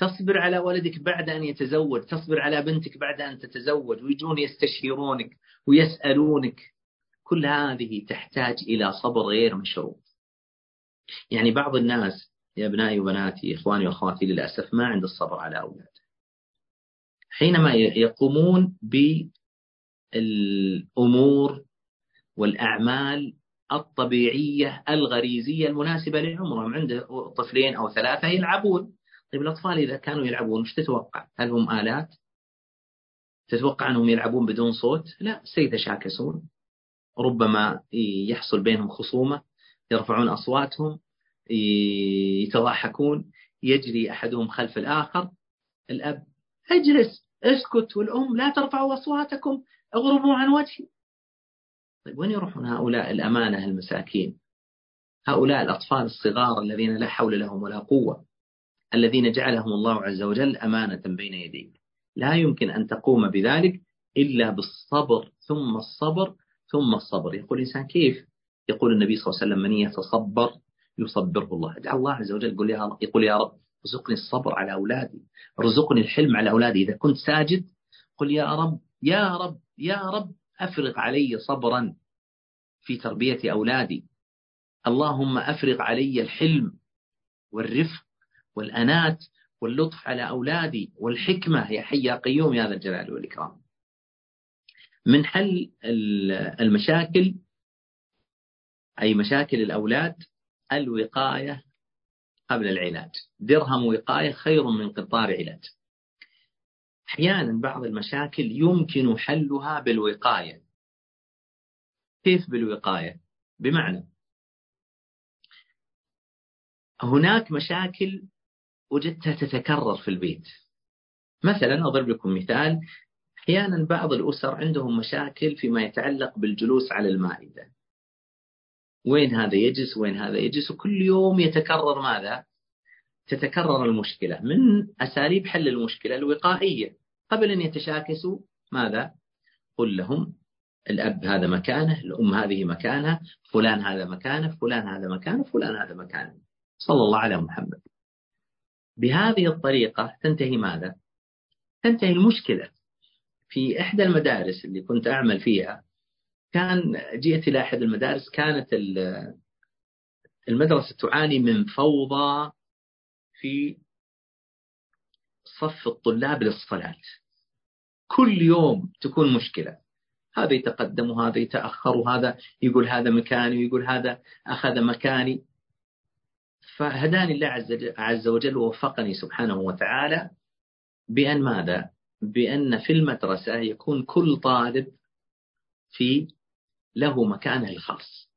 تصبر على ولدك بعد أن يتزوج، تصبر على بنتك بعد أن تتزوج، ويجون يستشيرونك ويسألونك. كل هذه تحتاج إلى صبر غير مشروط. يعني بعض الناس يا أبنائي وبناتي، إخواني وأخواتي، للأسف ما عند الصبر على أولاد. حينما يقومون بالأمور والأعمال الطبيعية الغريزية المناسبة لعمرهم، عنده طفلين أو ثلاثة يلعبون. طيب الأطفال إذا كانوا يلعبون وش تتوقع؟ هل هم آلات؟ تتوقع أنهم يلعبون بدون صوت؟ لا، سيتشاكسون، ربما يحصل بينهم خصومة، يرفعون أصواتهم، يتضاحكون، يجري أحدهم خلف الآخر. الأب: اجلس، اسكت، والأم: لا ترفعوا أصواتكم، اغربوا عن وجهي. طيب وين يروحون هؤلاء الأمانة المساكين؟ هؤلاء الأطفال الصغار الذين لا حول لهم ولا قوة، الذين جعلهم الله عز وجل أمانة بين يديه. لا يمكن أن تقوم بذلك إلا بالصبر، ثم الصبر، ثم الصبر. يقول الإنسان: كيف؟ يقول النبي صلى الله عليه وسلم: من يتصبر يصبره الله. دع الله عز وجل يقول: يا رب ارزقني الصبر على أولادي، ارزقني الحلم على أولادي. إذا كنت ساجد قل: يا رب يا رب يا رب أفرغ علي صبرا في تربية أولادي. اللهم أفرغ علي الحلم والرفق والأنات واللطف على أولادي والحكمة يا حي يا قيوم يا ذا الجلال والإكرام. من حل المشاكل، أي مشاكل الأولاد، الوقاية قبل العلاج. درهم وقاية خير من قطار علاج. أحيانا بعض المشاكل يمكن حلها بالوقاية. كيف بالوقاية؟ بمعنى هناك مشاكل وجدتها تتكرر في البيت. مثلا أضرب لكم مثال: أحيانا بعض الأسر عندهم مشاكل فيما يتعلق بالجلوس على المائدة. وين هذا يجلس وين هذا يجلس، وكل يوم يتكرر ماذا؟ تتكرر المشكلة. من أساليب حل المشكلة الوقائية. قبل أن يتشاكسوا ماذا؟ قل لهم: الأب هذا مكانه، الأم هذه مكانها، فلان هذا مكانه، فلان هذا مكانه، فلان هذا مكانه. صلى الله على محمد. بهذه الطريقة تنتهي ماذا؟ تنتهي المشكلة. في إحدى المدارس اللي كنت أعمل فيها، جئت إلى أحد المدارس، كانت المدرسة تعاني من فوضى في صف الطلاب للصلاة. كل يوم تكون مشكلة، هذا يتقدم وهذا يتأخر، وهذا يقول هذا مكاني ويقول هذا أخذ مكاني. فهداني الله عز وجل ووفقني سبحانه وتعالى بأن ماذا؟ بأن في المدرسة يكون كل طالب له مكانه الخاص.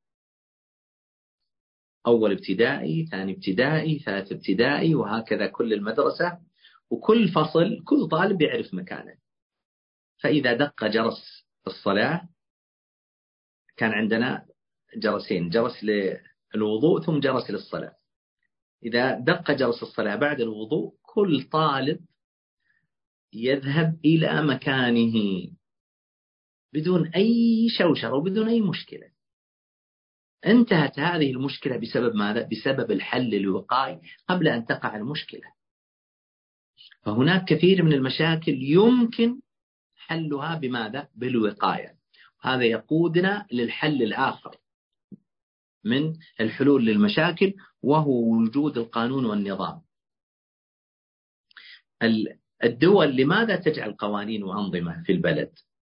أول ابتدائي، ثاني ابتدائي، ثالث ابتدائي، وهكذا كل المدرسة. وكل فصل كل طالب يعرف مكانه. فإذا دق جرس الصلاة، كان عندنا جرسين: جرس للوضوء ثم جرس للصلاة. إذا دق جرس الصلاة بعد الوضوء، كل طالب يذهب إلى مكانه بدون أي شوشرة وبدون أي مشكلة. انتهت هذه المشكلة بسبب ماذا؟ بسبب الحل الوقائي قبل أن تقع المشكلة. فهناك كثير من المشاكل يمكن حلها بماذا؟ بالوقاية. هذا يقودنا للحل الآخر من الحلول للمشاكل، وهو وجود القانون والنظام. الدول لماذا تجعل قوانين وأنظمة في البلد؟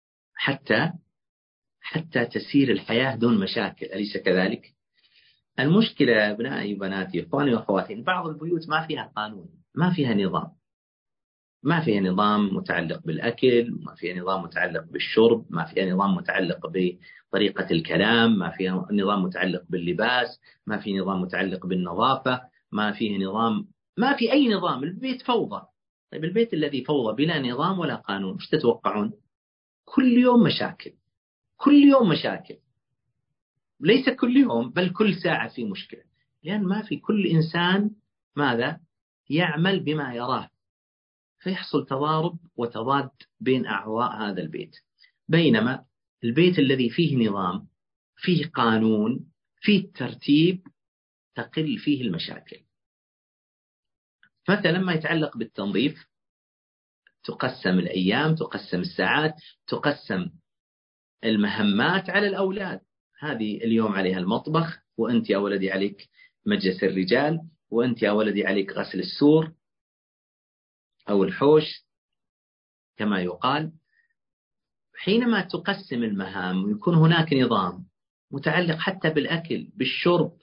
حتى تسير الحياة دون مشاكل، أليس كذلك؟ المشكلة يا أبنائي وبناتي، إخواني وأخواتي، بعض البيوت ما فيها قانون، ما فيها نظام. ما فيها نظام متعلق بالأكل، ما فيها نظام متعلق بالشرب، ما فيها نظام متعلق بطريقة الكلام، ما فيها نظام متعلق باللباس، ما في نظام متعلق بالنظافة، ما فيه نظام، ما في أي نظام. البيت فوضى. طيب البيت الذي فوضى بلا نظام ولا قانون، ايش تتوقعون؟ كل يوم مشاكل، كل يوم مشاكل. ليس كل يوم، بل كل ساعة في مشكلة. لأن ما في كل إنسان ماذا؟ يعمل بما يراه، فيحصل تضارب وتضاد بين أعضاء هذا البيت. بينما البيت الذي فيه نظام، فيه قانون، فيه ترتيب، تقل فيه المشاكل. مثلا ما يتعلق بالتنظيف، تقسم الأيام، تقسم الساعات، تقسم المهمات على الأولاد. هذه اليوم عليها المطبخ، وأنت يا ولدي عليك مجلس الرجال، وأنت يا ولدي عليك غسل السور أو الحوش كما يقال. حينما تقسم المهام ويكون هناك نظام متعلق حتى بالأكل بالشرب،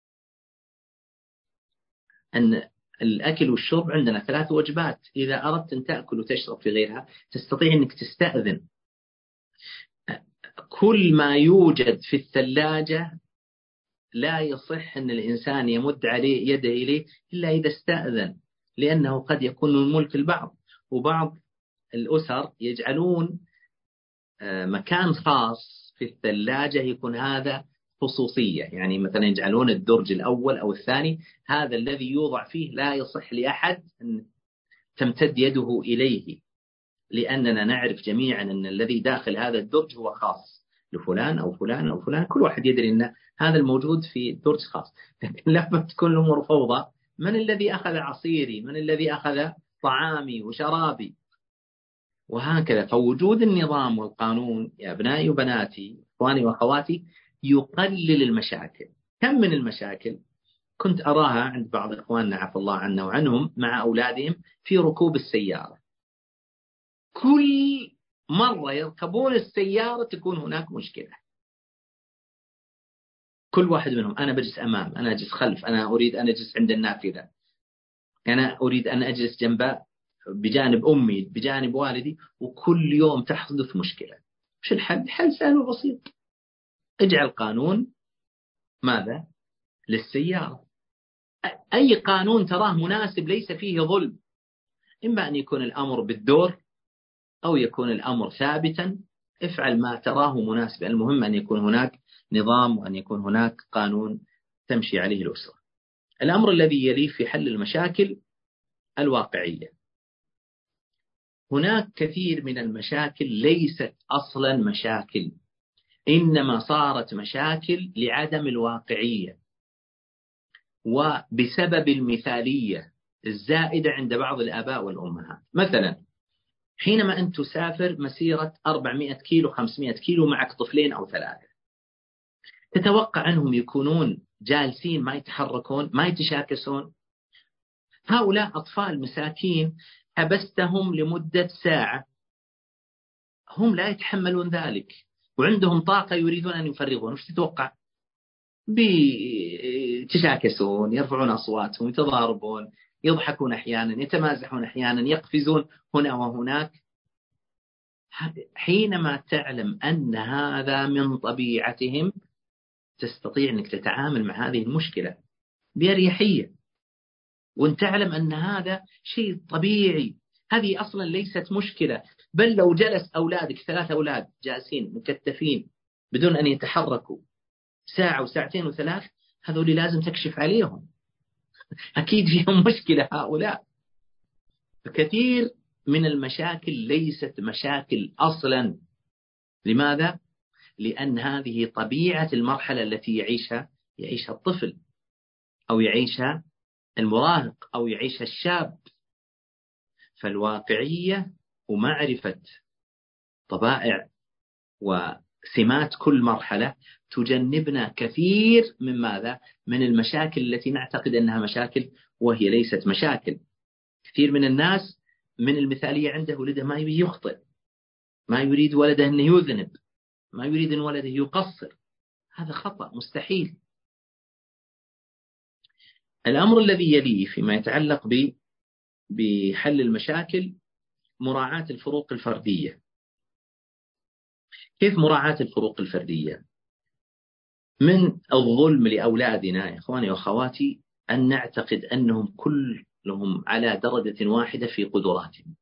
أن الأكل والشرب عندنا 3 وجبات، إذا أردت أن تأكل وتشرب في غيرها تستطيع أنك تستأذن. كل ما يوجد في الثلاجة لا يصح أن الإنسان يمد عليه يده إليه إلا إذا استأذن، لأنه قد يكون من ملك البعض. وبعض الأسر يجعلون مكان خاص في الثلاجة يكون هذا خصوصية، يعني مثلا يجعلون الدرج الأول أو الثاني هذا الذي يوضع فيه، لا يصح لأحد أن تمتد يده إليه، لأننا نعرف جميعا أن الذي داخل هذا الدرج هو خاص لفلان أو فلان أو فلان، كل واحد يدري أن هذا الموجود في درج خاص. لكن لما تكون الأمور فوضى، من الذي أخذ عصيري، من الذي أخذ طعامي وشرابي، وهكذا. فوجود النظام والقانون يا أبنائي وبناتي، إخواني وأخواتي، يقلل المشاكل. كم من المشاكل كنت أراها عند بعض إخواننا عفى الله عنا وعنهم مع أولادهم في ركوب السيارة. كل مرة يركبون السيارة تكون هناك مشكلة. كل واحد منهم، أنا بجلس أمام، أنا أجلس خلف، أنا أريد أن أجلس عند النافذة، أنا أريد أن أجلس جنب بجانب أمي بجانب والدي، وكل يوم تحدث مشكلة. وش الحل؟ الحل سهل وبسيط. اجعل قانون ماذا؟ للسيارة. أي قانون تراه مناسب ليس فيه ظلم، إما أن يكون الأمر بالدور أو يكون الأمر ثابتا، افعل ما تراه مناسب، المهم أن يكون هناك نظام وأن يكون هناك قانون تمشي عليه الأسرة. الأمر الذي يليه في حل المشاكل الواقعية. هناك كثير من المشاكل ليست أصلا مشاكل، إنما صارت مشاكل لعدم الواقعية وبسبب المثالية الزائدة عند بعض الآباء والأمهات. مثلا حينما أنت تسافر مسيرة 400 كيلو 500 كيلو معك طفلين أو 3، تتوقع أنهم يكونون جالسين ما يتحركون ما يتشاكسون؟ هؤلاء أطفال مساكين حبستهم لمدة ساعة، هم لا يتحملون ذلك وعندهم طاقة يريدون أن يفرغون. وش تتوقع؟ بيتشاكسون، يرفعون أصواتهم، يتضاربون، يضحكون أحيانا، يتمازحون أحيانا، يقفزون هنا وهناك. حينما تعلم أن هذا من طبيعتهم تستطيع أنك تتعامل مع هذه المشكلة بأريحية، وأن تعلم أن هذا شيء طبيعي، هذه أصلا ليست مشكلة. بل لو جلس أولادك 3 أولاد جالسين مكتفين بدون أن يتحركوا ساعة وساعتين و3، هذول لازم تكشف عليهم، أكيد فيهم مشكلة هؤلاء. فكثير من المشاكل ليست مشاكل أصلا. لماذا؟ لأن هذه طبيعة المرحلة التي يعيشها الطفل أو يعيشها المراهق أو يعيشها الشاب. فالواقعية ومعرفة طبائع وسمات كل مرحلة تجنبنا كثير من ماذا؟ من المشاكل التي نعتقد أنها مشاكل وهي ليست مشاكل. كثير من الناس من المثالية عنده ولده ما يبي يخطئ، ما يريد ولده أن يذنب، ما يريد أن ولده يقصر. هذا خطأ مستحيل. الأمر الذي يليه فيما يتعلق بحل المشاكل مراعاة الفروق الفردية. كيف مراعاة الفروق الفردية؟ من الظلم لأولادنا يا إخواني وأخواتي أن نعتقد أنهم كلهم على درجة واحدة في قدراتهم.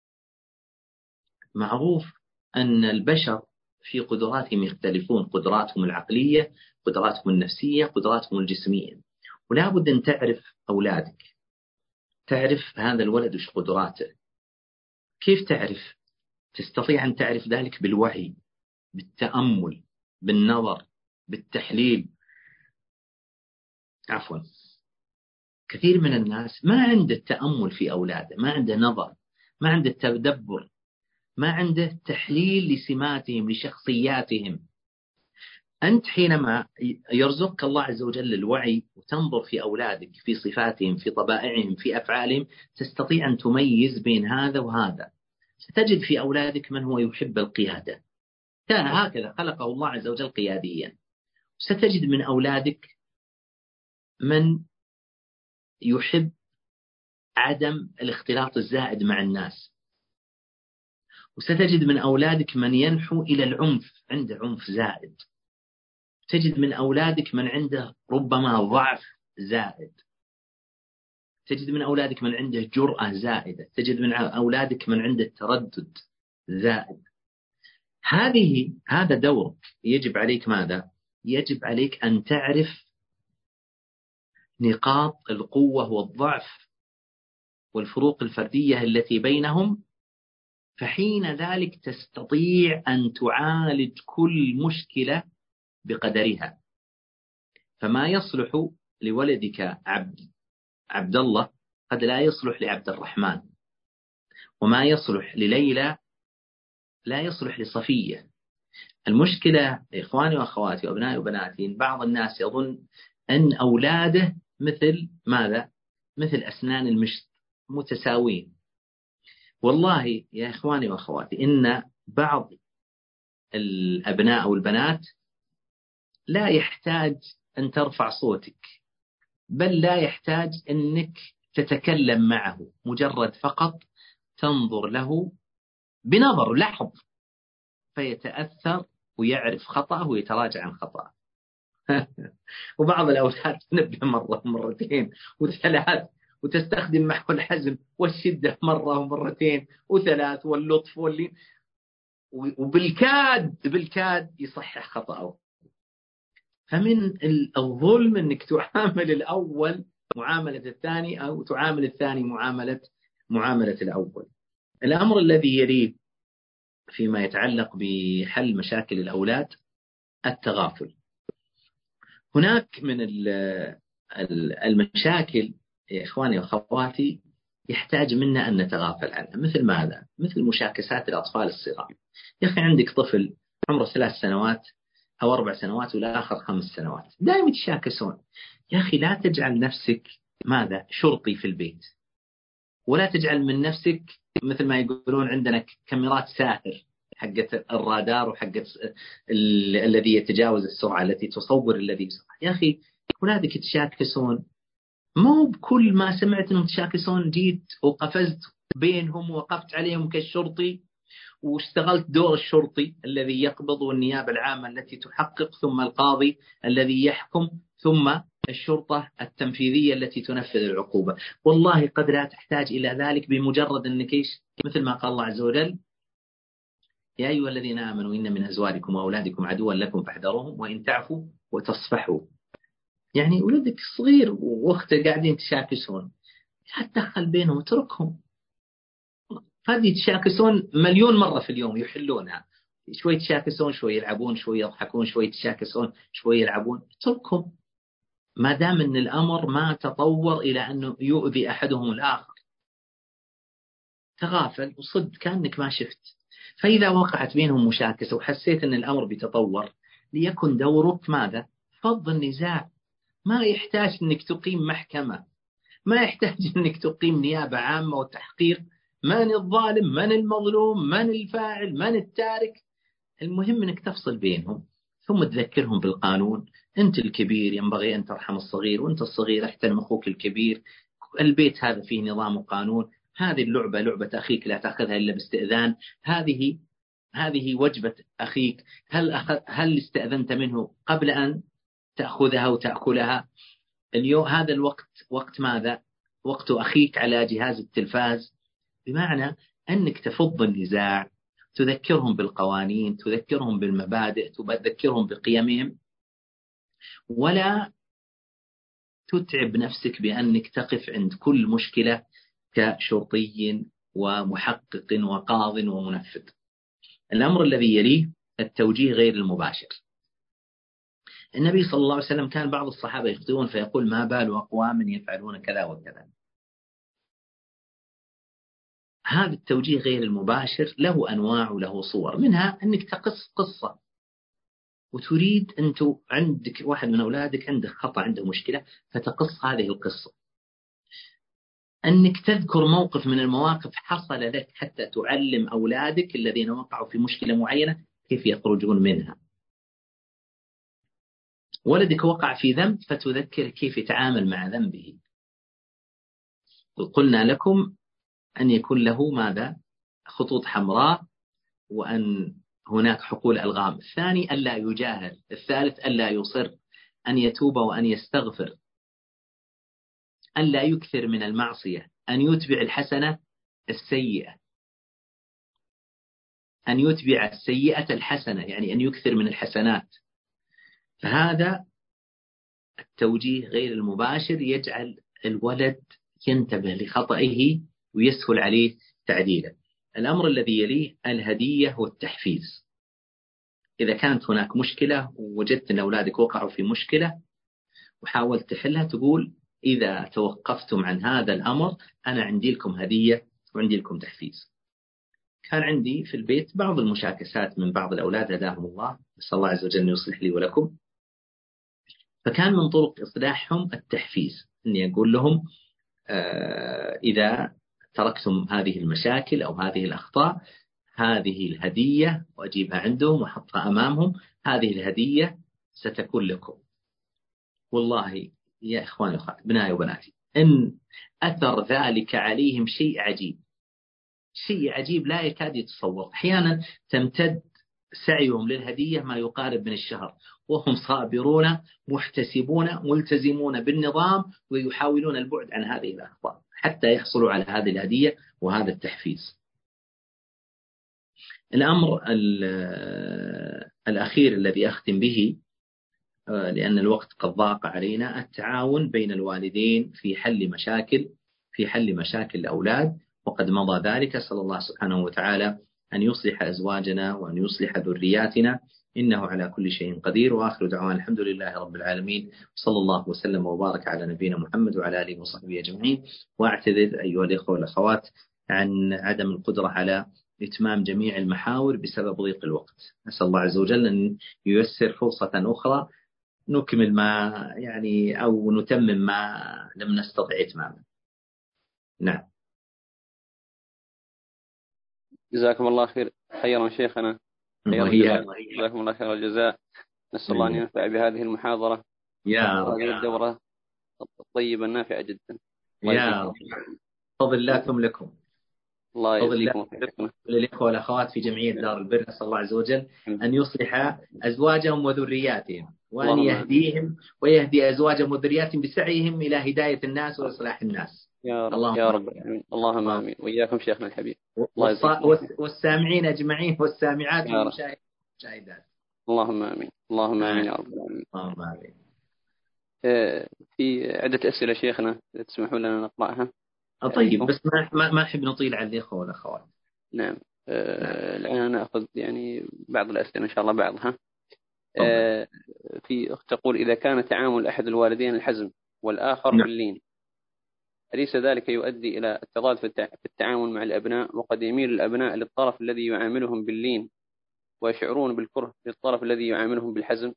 معروف أن البشر في قدراتهم يختلفون، قدراتهم العقلية، قدراتهم النفسية، قدراتهم الجسمية. ولا بد أن تعرف أولادك، تعرف هذا الولد وش قدراته. كيف تعرف؟ تستطيع أن تعرف ذلك بالوعي، بالتأمل، بالنظر، بالتحليل. كثير من الناس ما عنده التأمل في أولاده، ما عنده نظر، ما عنده تدبر، ما عنده تحليل لسماتهم لشخصياتهم. أنت حينما يرزقك الله عز وجل الوعي وتنظر في أولادك في صفاتهم في طبائعهم في أفعالهم، تستطيع أن تميز بين هذا وهذا. ستجد في أولادك من هو يحب القيادة، كان هكذا خلقه الله عز وجل قياديا. ستجد من أولادك من يحب عدم الاختلاط الزائد مع الناس، وستجد من أولادك من ينحو إلى العنف، عنده عنف زائد. تجد من أولادك من عنده ربما ضعف زائد. تجد من أولادك من عنده جرأة زائدة. تجد من أولادك من عنده تردد زائد. هذا دورك. يجب عليك ماذا؟ يجب عليك أن تعرف نقاط القوة والضعف والفروق الفردية التي بينهم، فحين ذلك تستطيع أن تعالج كل مشكلة بقدرها. فما يصلح لولدك عبد الله قد لا يصلح لعبد الرحمن، وما يصلح لليلى لا يصلح لصفية. المشكلة إخواني وأخواتي وأبنائي وبناتي، بعض الناس يظن أن أولاده مثل ماذا؟ مثل أسنان المشط متساوين. والله يا إخواني وأخواتي، إن بعض الأبناء والبنات لا يحتاج أن ترفع صوتك، بل لا يحتاج أنك تتكلم معه، مجرد فقط تنظر له بنظر لحظ فيتأثر ويعرف خطأه ويتراجع عن خطأه. وبعض الأولاد تنبه مرة ومرتين وثلاث، وتستخدم معه الحزم والشدة مرة ومرتين وثلاث واللطف وبالكاد يصحح خطأه. فمن الظلم أنك تعامل الأول معاملة الثاني، أو تعامل الثاني معاملة الأول. الأمر الذي يليه فيما يتعلق بحل مشاكل الأولاد التغافل. هناك من المشاكل يا إخواني وأخواتي يحتاج منا أن نتغافل عنها. مثل ماذا؟ مثل مشاكسات الأطفال الصغار. يا أخي عندك طفل عمره 3 سنوات أو 4 سنوات والآخر 5 سنوات، دائما يتشاكسون. يا أخي لا تجعل نفسك ماذا؟ شرطي في البيت، ولا تجعل من نفسك مثل ما يقولون عندنا كاميرات ساهر حقت الرادار وحقت الذي يتجاوز السرعة التي تصور الذي يسرع. يا أخي أولادك يتشاكسون، مو بكل ما سمعت أنهم يتشاكسون جيت وقفزت بينهم ووقفت عليهم كالشرطي واشتغلت دور الشرطي الذي يقبض، والنيابة العامة التي تحقق، ثم القاضي الذي يحكم، ثم الشرطة التنفيذية التي تنفذ العقوبة. والله قد لا تحتاج إلى ذلك، بمجرد أنك مثل ما قال الله عز وجل: يا أيها الذين آمنوا إن من أزواجكم وأولادكم عدوا لكم فاحذروهم وإن تعفوا وتصفحوا. يعني ولدك صغير واخته قاعدين تشاكسون، لا تدخل بينهم، اتركهم. هذه يتشاكسون مليون مرة في اليوم يحلونها. شوي يتشاكسون، شوي يلعبون، شوي يضحكون، شوي يتشاكسون، شوي يلعبون. اتركهم ما دام أن الأمر ما تطور إلى أنه يؤذي أحدهم الآخر. تغافل وصد كأنك ما شفت. فإذا وقعت بينهم مشاكسة وحسيت أن الأمر بيتطور، ليكن دورك ماذا؟ فض النزاع. ما يحتاج أنك تقيم محكمة، ما يحتاج أنك تقيم نيابة عامة وتحقيق من الظالم من المظلوم من الفاعل من التارك. المهم أنك تفصل بينهم، ثم تذكرهم بالقانون. أنت الكبير ينبغي أن ترحم الصغير، وأنت الصغير احترم أخوك الكبير. البيت هذا فيه نظام وقانون. هذه اللعبة لعبة أخيك لا تأخذها إلا باستئذان. هذه وجبة أخيك، هل استأذنت منه قبل أن تأخذها وتأكلها؟ اليوم هذا الوقت وقت ماذا؟ وقت أخيك على جهاز التلفاز. بمعنى أنك تفض النزاع، تذكرهم بالقوانين، تذكرهم بالمبادئ، تذكرهم بقيمهم، ولا تتعب نفسك بأنك تقف عند كل مشكلة كشرطي ومحقق وقاض ومنفذ. الأمر الذي يليه التوجيه غير المباشر. النبي صلى الله عليه وسلم كان بعض الصحابة يخطئون فيقول ما بال أقوام يفعلون كذا وكذا. هذا التوجيه غير المباشر له أنواع وله صور، منها أنك تقص قصة وتريد أنت عندك واحد من أولادك عنده خطأ، عنده مشكلة، فتقص هذه القصة. أنك تذكر موقف من المواقف حصل لك حتى تعلم أولادك الذين وقعوا في مشكلة معينة كيف يخرجون منها. ولدك وقع في ذنب فتذكر كيف يتعامل مع ذنبه. قلنا لكم أن يكون له ماذا؟ خطوط حمراء، وأن هناك حقول ألغام. الثاني ألا يجاهر. الثالث ألا يصر، أن يتوب وأن يستغفر، أن لا يكثر من المعصية، أن يتبع الحسنة السيئة، أن يتبع السيئة الحسنة، يعني أن يكثر من الحسنات. فهذا التوجيه غير المباشر يجعل الولد ينتبه لخطئه ويسهل عليه تعديله. الأمر الذي يليه الهدية والتحفيز. إذا كانت هناك مشكلة ووجدت أن أولادك وقعوا في مشكلة وحاولت تحلها، تقول إذا توقفتم عن هذا الأمر أنا عندي لكم هدية وعندي لكم تحفيز. كان عندي في البيت بعض المشاكسات من بعض الأولاد هداهم الله، نسأل الله عز وجل أن يصلح لي ولكم. فكان من طرق إصلاحهم التحفيز، أني أقول لهم إذا تركتم هذه المشاكل أو هذه الأخطاء، هذه الهدية، وأجيبها عندهم وأحطها أمامهم، هذه الهدية ستكون لكم. والله يا إخواني وأخواتي، بنائي وبناتي، إن أثر ذلك عليهم شيء عجيب، شيء عجيب لا يكاد يتصور. أحيانا تمتد سعيهم للهدية ما يقارب من الشهر، وهم صابرون محتسبون ملتزمون بالنظام ويحاولون البعد عن هذه الأخطاء حتى يحصلوا على هذه الهدية وهذا التحفيز. الأمر الأخير الذي أختم به لأن الوقت قد ضاق علينا، التعاون بين الوالدين في حل مشاكل الأولاد، وقد مضى ذلك. صلى الله سبحانه وتعالى أن يصلح أزواجنا وأن يصلح ذرياتنا، إنه على كل شيء قدير. وآخر دعوانا الحمد لله رب العالمين، صلى الله وسلم وبارك على نبينا محمد وعلى آله وصحبه أجمعين. وأعتذر أيها الإخوة والأخوات عن عدم القدرة على إتمام جميع المحاور بسبب ضيق الوقت. أسأل الله عز وجل أن ييسر فرصة أخرى نكمل ما أو نتمم ما لم نستطع إتمامه. نعم. جزاكم الله خيرا شيخنا، جزاكم الله خير الجزاء. نسأل الله أن ينفع بهذه المحاضرة يا رب، هذه الدورة الطيبة النافعة جدا. يا رب. فضل الله ثم لكم. الله يجزيكم للإخوة والأخوات في جمعية دار البر، نسأل الله عز وجل أن يصلح أزواجهم وذرياتهم، وأن يهديهم ويهدي أزواجهم وذرياتهم بسعيهم إلى هداية الناس وإصلاح الناس. يا رب يا رب العالمين. اللهم آمين. وإياكم شيخنا الحبيب. والسامعين أجمعين والسامعات والمشاهدات. اللهم آمين. اللهم آمين يا رب العالمين. اللهم آمين. في عدة أسئلة شيخنا تسمحوا لنا نقرأها؟ طيب، بس ما أحب نطيل على الإخوة والأخوات. نعم. الآن نأخذ بعض الأسئلة إن شاء الله بعضها. في أخت تقول إذا كان تعامل أحد الوالدين الحزم والآخر باللين، أليس ذلك يؤدي إلى التضاد في التعامل مع الأبناء، وقد يميل الأبناء للطرف الذي يعاملهم باللين ويشعرون بالكره للطرف الذي يعاملهم بالحزم؟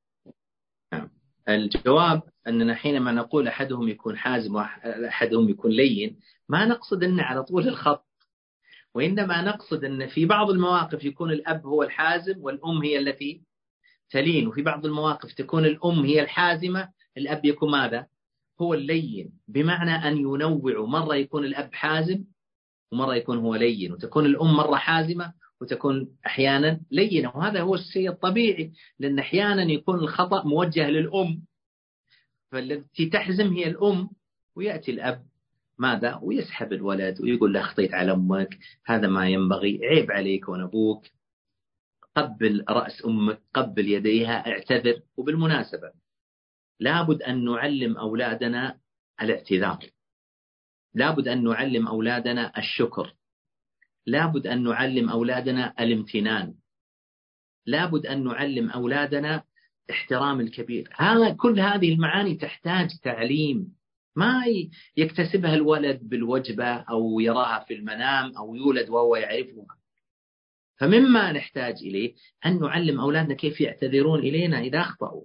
الجواب أننا حينما نقول أحدهم يكون حازم وأحدهم يكون لين، ما نقصد أن على طول الخط، وإنما نقصد أن في بعض المواقف يكون الأب هو الحازم والأم هي التي تلين، وفي بعض المواقف تكون الأم هي الحازمة، الأب يكون ماذا؟ هو اللين. بمعنى أن ينوع، مرة يكون الأب حازم ومرة يكون هو لين، وتكون الأم مرة حازمة وتكون أحيانا لينة. وهذا هو الشيء الطبيعي، لأن أحيانا يكون الخطأ موجه للأم، فالتي تحزم هي الأم، ويأتي الأب ماذا؟ ويسحب الولد ويقول له أخطيت على أمك، هذا ما ينبغي، عيب عليك وأنا أبوك، قبل رأس أمك، قبل يديها، اعتذر. وبالمناسبة لابد أن نعلم أولادنا الاعتذار، لابد أن نعلم أولادنا الشكر، لابد أن نعلم أولادنا الامتنان، لابد أن نعلم أولادنا احترام الكبير. كل هذه المعاني تحتاج تعليم، ما يكتسبها الولد بالوجبة أو يراها في المنام أو يولد وهو يعرفها. فمما نحتاج إليه أن نعلم أولادنا كيف يعتذرون إلينا إذا أخطأوا.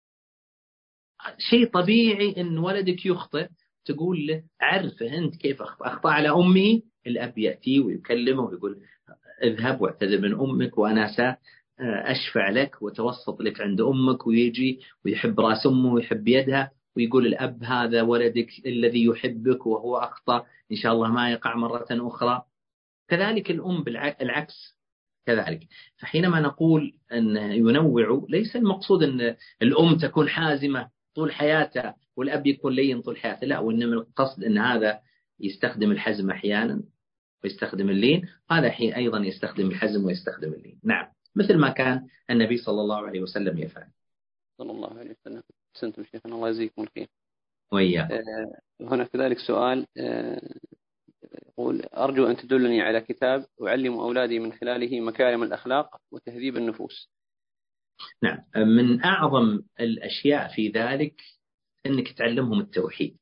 شيء طبيعي أن ولدك يخطئ تقول له عرفه أنت كيف أخطأ على أمي، الأب يأتي ويكلمه ويقول اذهب واعتذر من أمك وأنا سأشفع لك وتوسط لك عند أمك، ويجي ويحب رأس أمه ويحب يدها، ويقول الأب هذا ولدك الذي يحبك وهو أخطأ، إن شاء الله ما يقع مرة أخرى. كذلك الأم العكس كذلك. فحينما نقول أن ينوع، ليس المقصود أن الأم تكون حازمة طول حياتها والأب يكون لين طول حياته، لا، وإنما القصد أن هذا يستخدم الحزم أحيانا ويستخدم اللين، هذا حين أيضا يستخدم الحزم ويستخدم اللين. نعم، مثل ما كان النبي صلى الله عليه وسلم يفعل. صلى الله عليه وسلم. أحسنتم شيخنا، الله يجزيكم الخير. وإياكم. هنا كذلك سؤال يقول: أرجو أن تدلني على كتاب أعلم أولادي من خلاله مكارم الأخلاق وتهذيب النفوس. نعم، من أعظم الأشياء في ذلك أنك تعلمهم التوحيد.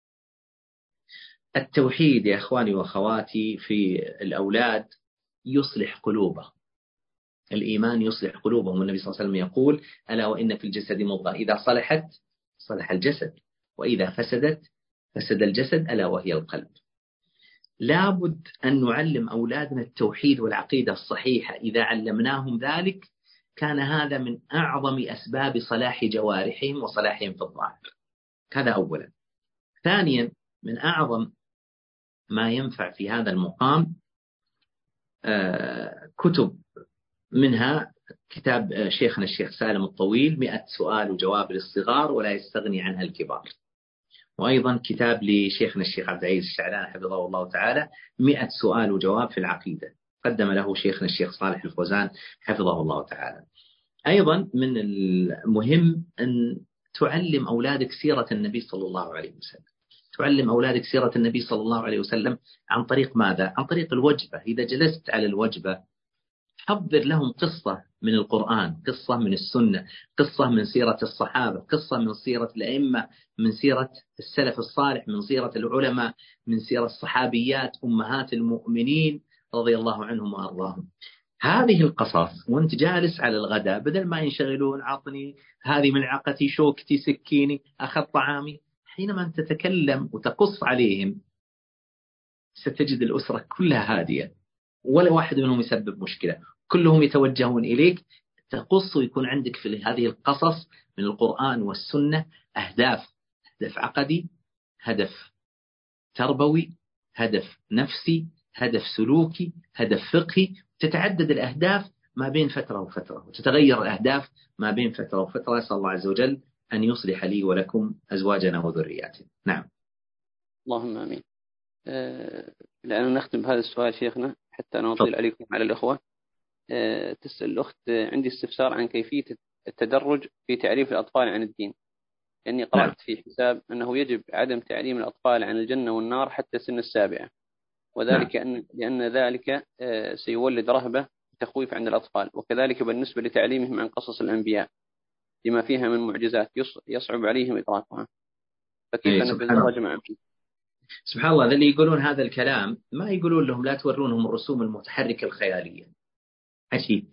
التوحيد يا أخواني وأخواتي في الأولاد يصلح قلوبهم، الإيمان يصلح قلوبهم. والنبي صلى الله عليه وسلم يقول: ألا وإن في الجسد مضغة إذا صلحت صلح الجسد وإذا فسدت فسد الجسد ألا وهي القلب. لابد أن نعلم أولادنا التوحيد والعقيدة الصحيحة. إذا علمناهم ذلك كان هذا من أعظم أسباب صلاح جوارحهم وصلاحهم في الظاهر. هذا أولا. ثانيا، من أعظم ما ينفع في هذا المقام كتب، منها كتاب شيخنا الشيخ سالم الطويل 100 سؤال وجواب للصغار ولا يستغني عنها الكبار، وأيضا كتاب لشيخنا الشيخ عبد العزيز الشعلان حفظه الله تعالى 100 سؤال وجواب في العقيدة، قدم له شيخنا الشيخ صالح الفوزان حفظه الله تعالى. أيضا من المهم أن تعلم أولادك سيرة النبي صلى الله عليه وسلم. تعلم أولادك سيرة النبي صلى الله عليه وسلم عن طريق ماذا؟ عن طريق الوجبة. إذا جلست على الوجبة حضر لهم قصة من القرآن، قصة من السنة، قصة من سيرة الصحابة، قصة من سيرة الأئمة، من سيرة السلف الصالح، من سيرة العلماء، من سيرة الصحابيات أمهات المؤمنين رضي الله عنهم وأرضاهم. هذه القصص وانت جالس على الغداء، بدل ما ينشغلون عطني هذه ملعقتي شوكتي سكيني أخذ طعامي، حينما أنت تتكلم وتقص عليهم ستجد الأسرة كلها هادية، ولا واحد منهم يسبب مشكلة، كلهم يتوجهون إليك. تقص ويكون عندك في هذه القصص من القرآن والسنة هدف عقدي، هدف تربوي، هدف نفسي، هدف سلوكي، هدف فقهي. تتعدد الأهداف ما بين فترة وفترة، وتتغير الأهداف ما بين فترة وفترة. أسأل الله عز وجل أن يصلح لي ولكم أزواجنا وذرياتنا. نعم. اللهم آمين. لأن نختم بهذا السؤال شيخنا حتى نطيل عليكم على الأخوة. تسأل الأخت: عندي استفسار عن كيفية التدرج في تعريف الأطفال عن الدين، لأني قرأت في حساب أنه يجب عدم تعليم الأطفال عن الجنة والنار حتى سن 7، وذلك لأن ذلك سيولد رهبة وتخويف عند الأطفال، وكذلك بالنسبة لتعليمهم عن قصص الأنبياء لما فيها من معجزات يصعب عليهم إدراكها، فكيف نتدرج معهم؟ سبحان الله، اللي يقولون هذا الكلام ما يقولون لهم لا تورونهم الرسوم المتحركة الخيالية. عجيب.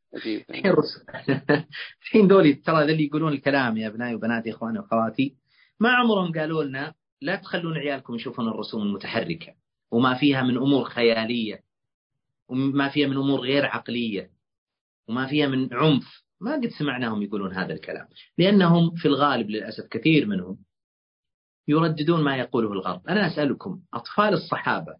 الحين دولي ترى اللي يقولون الكلام يا ابنائي وبناتي اخواني واخواتي ما عمرهم قالوا لنا لا تخلون عيالكم يشوفون الرسوم المتحركة وما فيها من امور خيالية وما فيها من امور غير عقلية وما فيها من عنف. ما قد سمعناهم يقولون هذا الكلام، لانهم في الغالب للاسف كثير منهم يرددون ما يقوله الغرب. انا اسالكم، اطفال الصحابة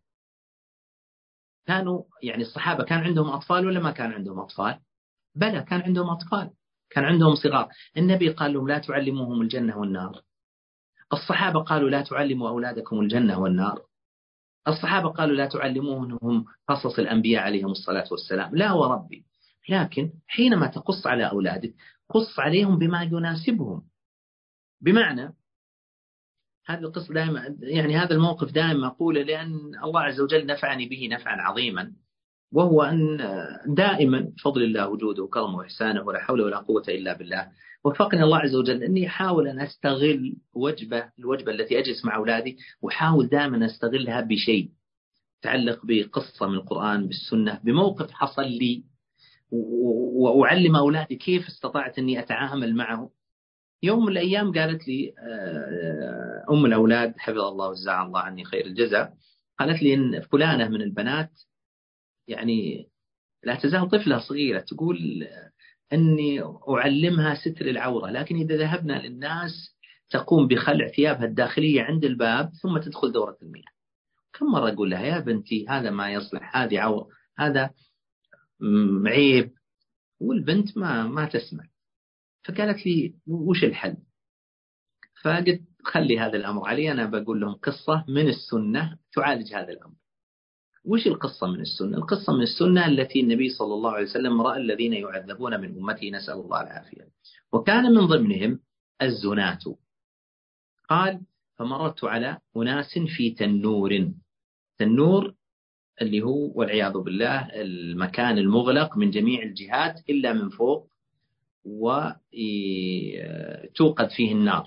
كانوا الصحابة كان عندهم أطفال ولا ما كان عندهم أطفال؟ بلى، كان عندهم أطفال، كان عندهم صغار. النبي قال لهم لا تعلموهم الجنة والنار. الصحابة قالوا لا تعلموا أولادكم الجنة والنار. الصحابة قالوا لا تعلموهم قصص الأنبياء عليهم الصلاة والسلام. لا وربي. لكن حينما تقص على أولادك قص عليهم بما يناسبهم. بمعنى هذا القصة دائما هذا الموقف دائما أقوله لأن الله عز وجل نفعني به نفعا عظيما. وهو أن دائما بفضل الله وجوده وكرمه وإحسانه ولا حول ولا قوة إلا بالله، وفقني الله عز وجل أني أحاول أن أستغل الوجبة التي أجلس مع أولادي، وحاول دائما أستغلها بشيء يتعلق بقصة من القرآن بالسنة، بموقف حصل لي، وأعلم أولادي كيف استطعت أني أتعامل معه. يوم من الأيام قالت لي أم الأولاد حفظ الله وجزاها الله عني خير الجزاء، قالت لي إن فلانة من البنات يعني لا تزال طفلة صغيرة، تقول أني أعلمها ستر العورة، لكن إذا ذهبنا للناس تقوم بخلع ثيابها الداخلية عند الباب ثم تدخل دورة المياه. كم مرة أقول لها يا بنتي هذا ما يصلح، هذه عورة، هذا عيب، والبنت ما تسمع. فقالت لي وش الحل؟ فقلت خلي هذا الأمر علي، أنا بقول لهم قصة من السنة تعالج هذا الأمر. وش القصة من السنة؟ القصة من السنة التي النبي صلى الله عليه وسلم رأى الذين يعذبون من أمته، نسأل الله العافية، وكان من ضمنهم الزناة. قال فمررت على أناس في تنور. تنور اللي هو والعياذ بالله المكان المغلق من جميع الجهات إلا من فوق، وتوقد فيه النار،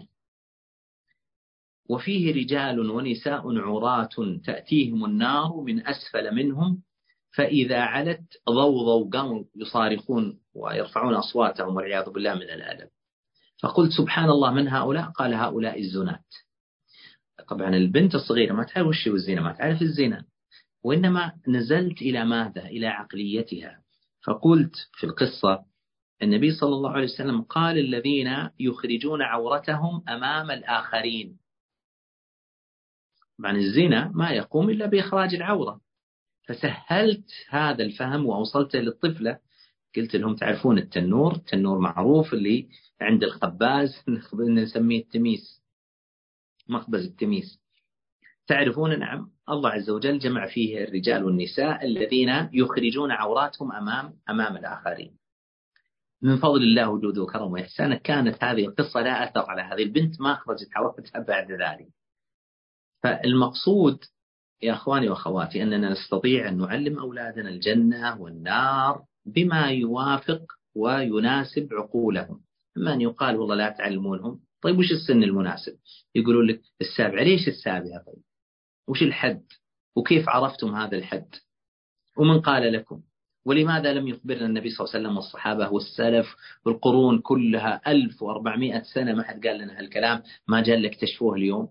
وفيه رجال ونساء عراة تأتيهم النار من أسفل منهم، فإذا علت ضوضوا قاموا يصارخون ويرفعون أصواتهم والعياذ بالله من الألم. فقلت سبحان الله من هؤلاء؟ قال هؤلاء الزنات. طبعا البنت الصغيرة ما تعرف وش هو الزنا، ما تعرف الزنا، وإنما نزلت إلى ماذا؟ إلى عقليتها. فقلت في القصة النبي صلى الله عليه وسلم قال الذين يخرجون عورتهم أمام الآخرين. طبعا الزنا ما يقوم إلا بإخراج العورة. فسهلت هذا الفهم وأوصلته للطفلة، قلت لهم تعرفون التنور؟ التنور معروف اللي عند الخباز نسميه التميس، مخبز التميس. تعرفون نعم الله عز وجل جمع فيه الرجال والنساء الذين يخرجون عوراتهم أمام الآخرين. من فضل الله وجوده وكرمه وإحسانه كانت هذه القصة لا أثر على هذه البنت، ما أخرجت عورتها بعد ذلك. فالمقصود يا أخواني وأخواتي أننا نستطيع أن نعلم أولادنا الجنة والنار بما يوافق ويناسب عقولهم. أما أن يقال والله لا تعلمونهم، طيب وش السن المناسب؟ يقولون لك 7. ليش 7؟ طيب وش الحد؟ وكيف عرفتم هذا الحد؟ ومن قال لكم؟ ولماذا لم يخبرنا النبي صلى الله عليه وسلم والصحابة والسلف والقرون كلها 1400 سنة ما حد قال لنا هالكلام؟ ما جاء لك تشفوه اليوم.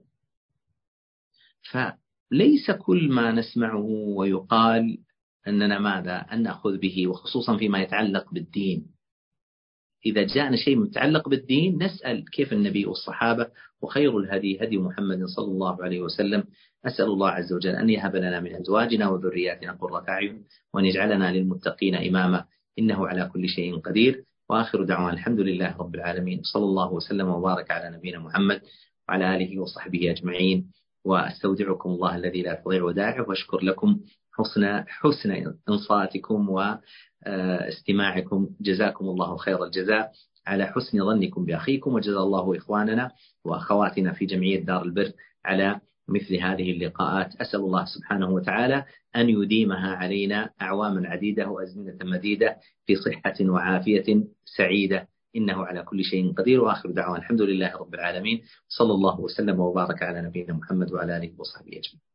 فليس كل ما نسمعه ويقال أننا ماذا أن نأخذ به، وخصوصا فيما يتعلق بالدين. إذا جاءنا شيء متعلق بالدين نسأل كيف النبي والصحابة، وخير الهدي هدي محمد صلى الله عليه وسلم. أسأل الله عز وجل أن يهب لنا من أزواجنا وذرياتنا قرة أعين، وأن يجعلنا للمتقين إماما، إنه على كل شيء قدير. وآخر دعوانا الحمد لله رب العالمين، صلى الله وسلم وبارك على نبينا محمد وعلى آله وصحبه أجمعين. وأستودعكم الله الذي لا تضيع ودائعه، وأشكر لكم حسن إنصاتكم واستماعكم. جزاكم الله خير الجزاء على حسن ظنكم بأخيكم، وجزا الله إخواننا وأخواتنا في جمعية دار البر على مثل هذه اللقاءات. أسأل الله سبحانه وتعالى أن يديمها علينا أعواما عديدة وأزمنة مديدة في صحة وعافية سعيدة، إنه على كل شيء قدير. وآخر دعوانا الحمد لله رب العالمين، صلى الله وسلم وبارك على نبينا محمد وعلى آله وصحبه أجمعين.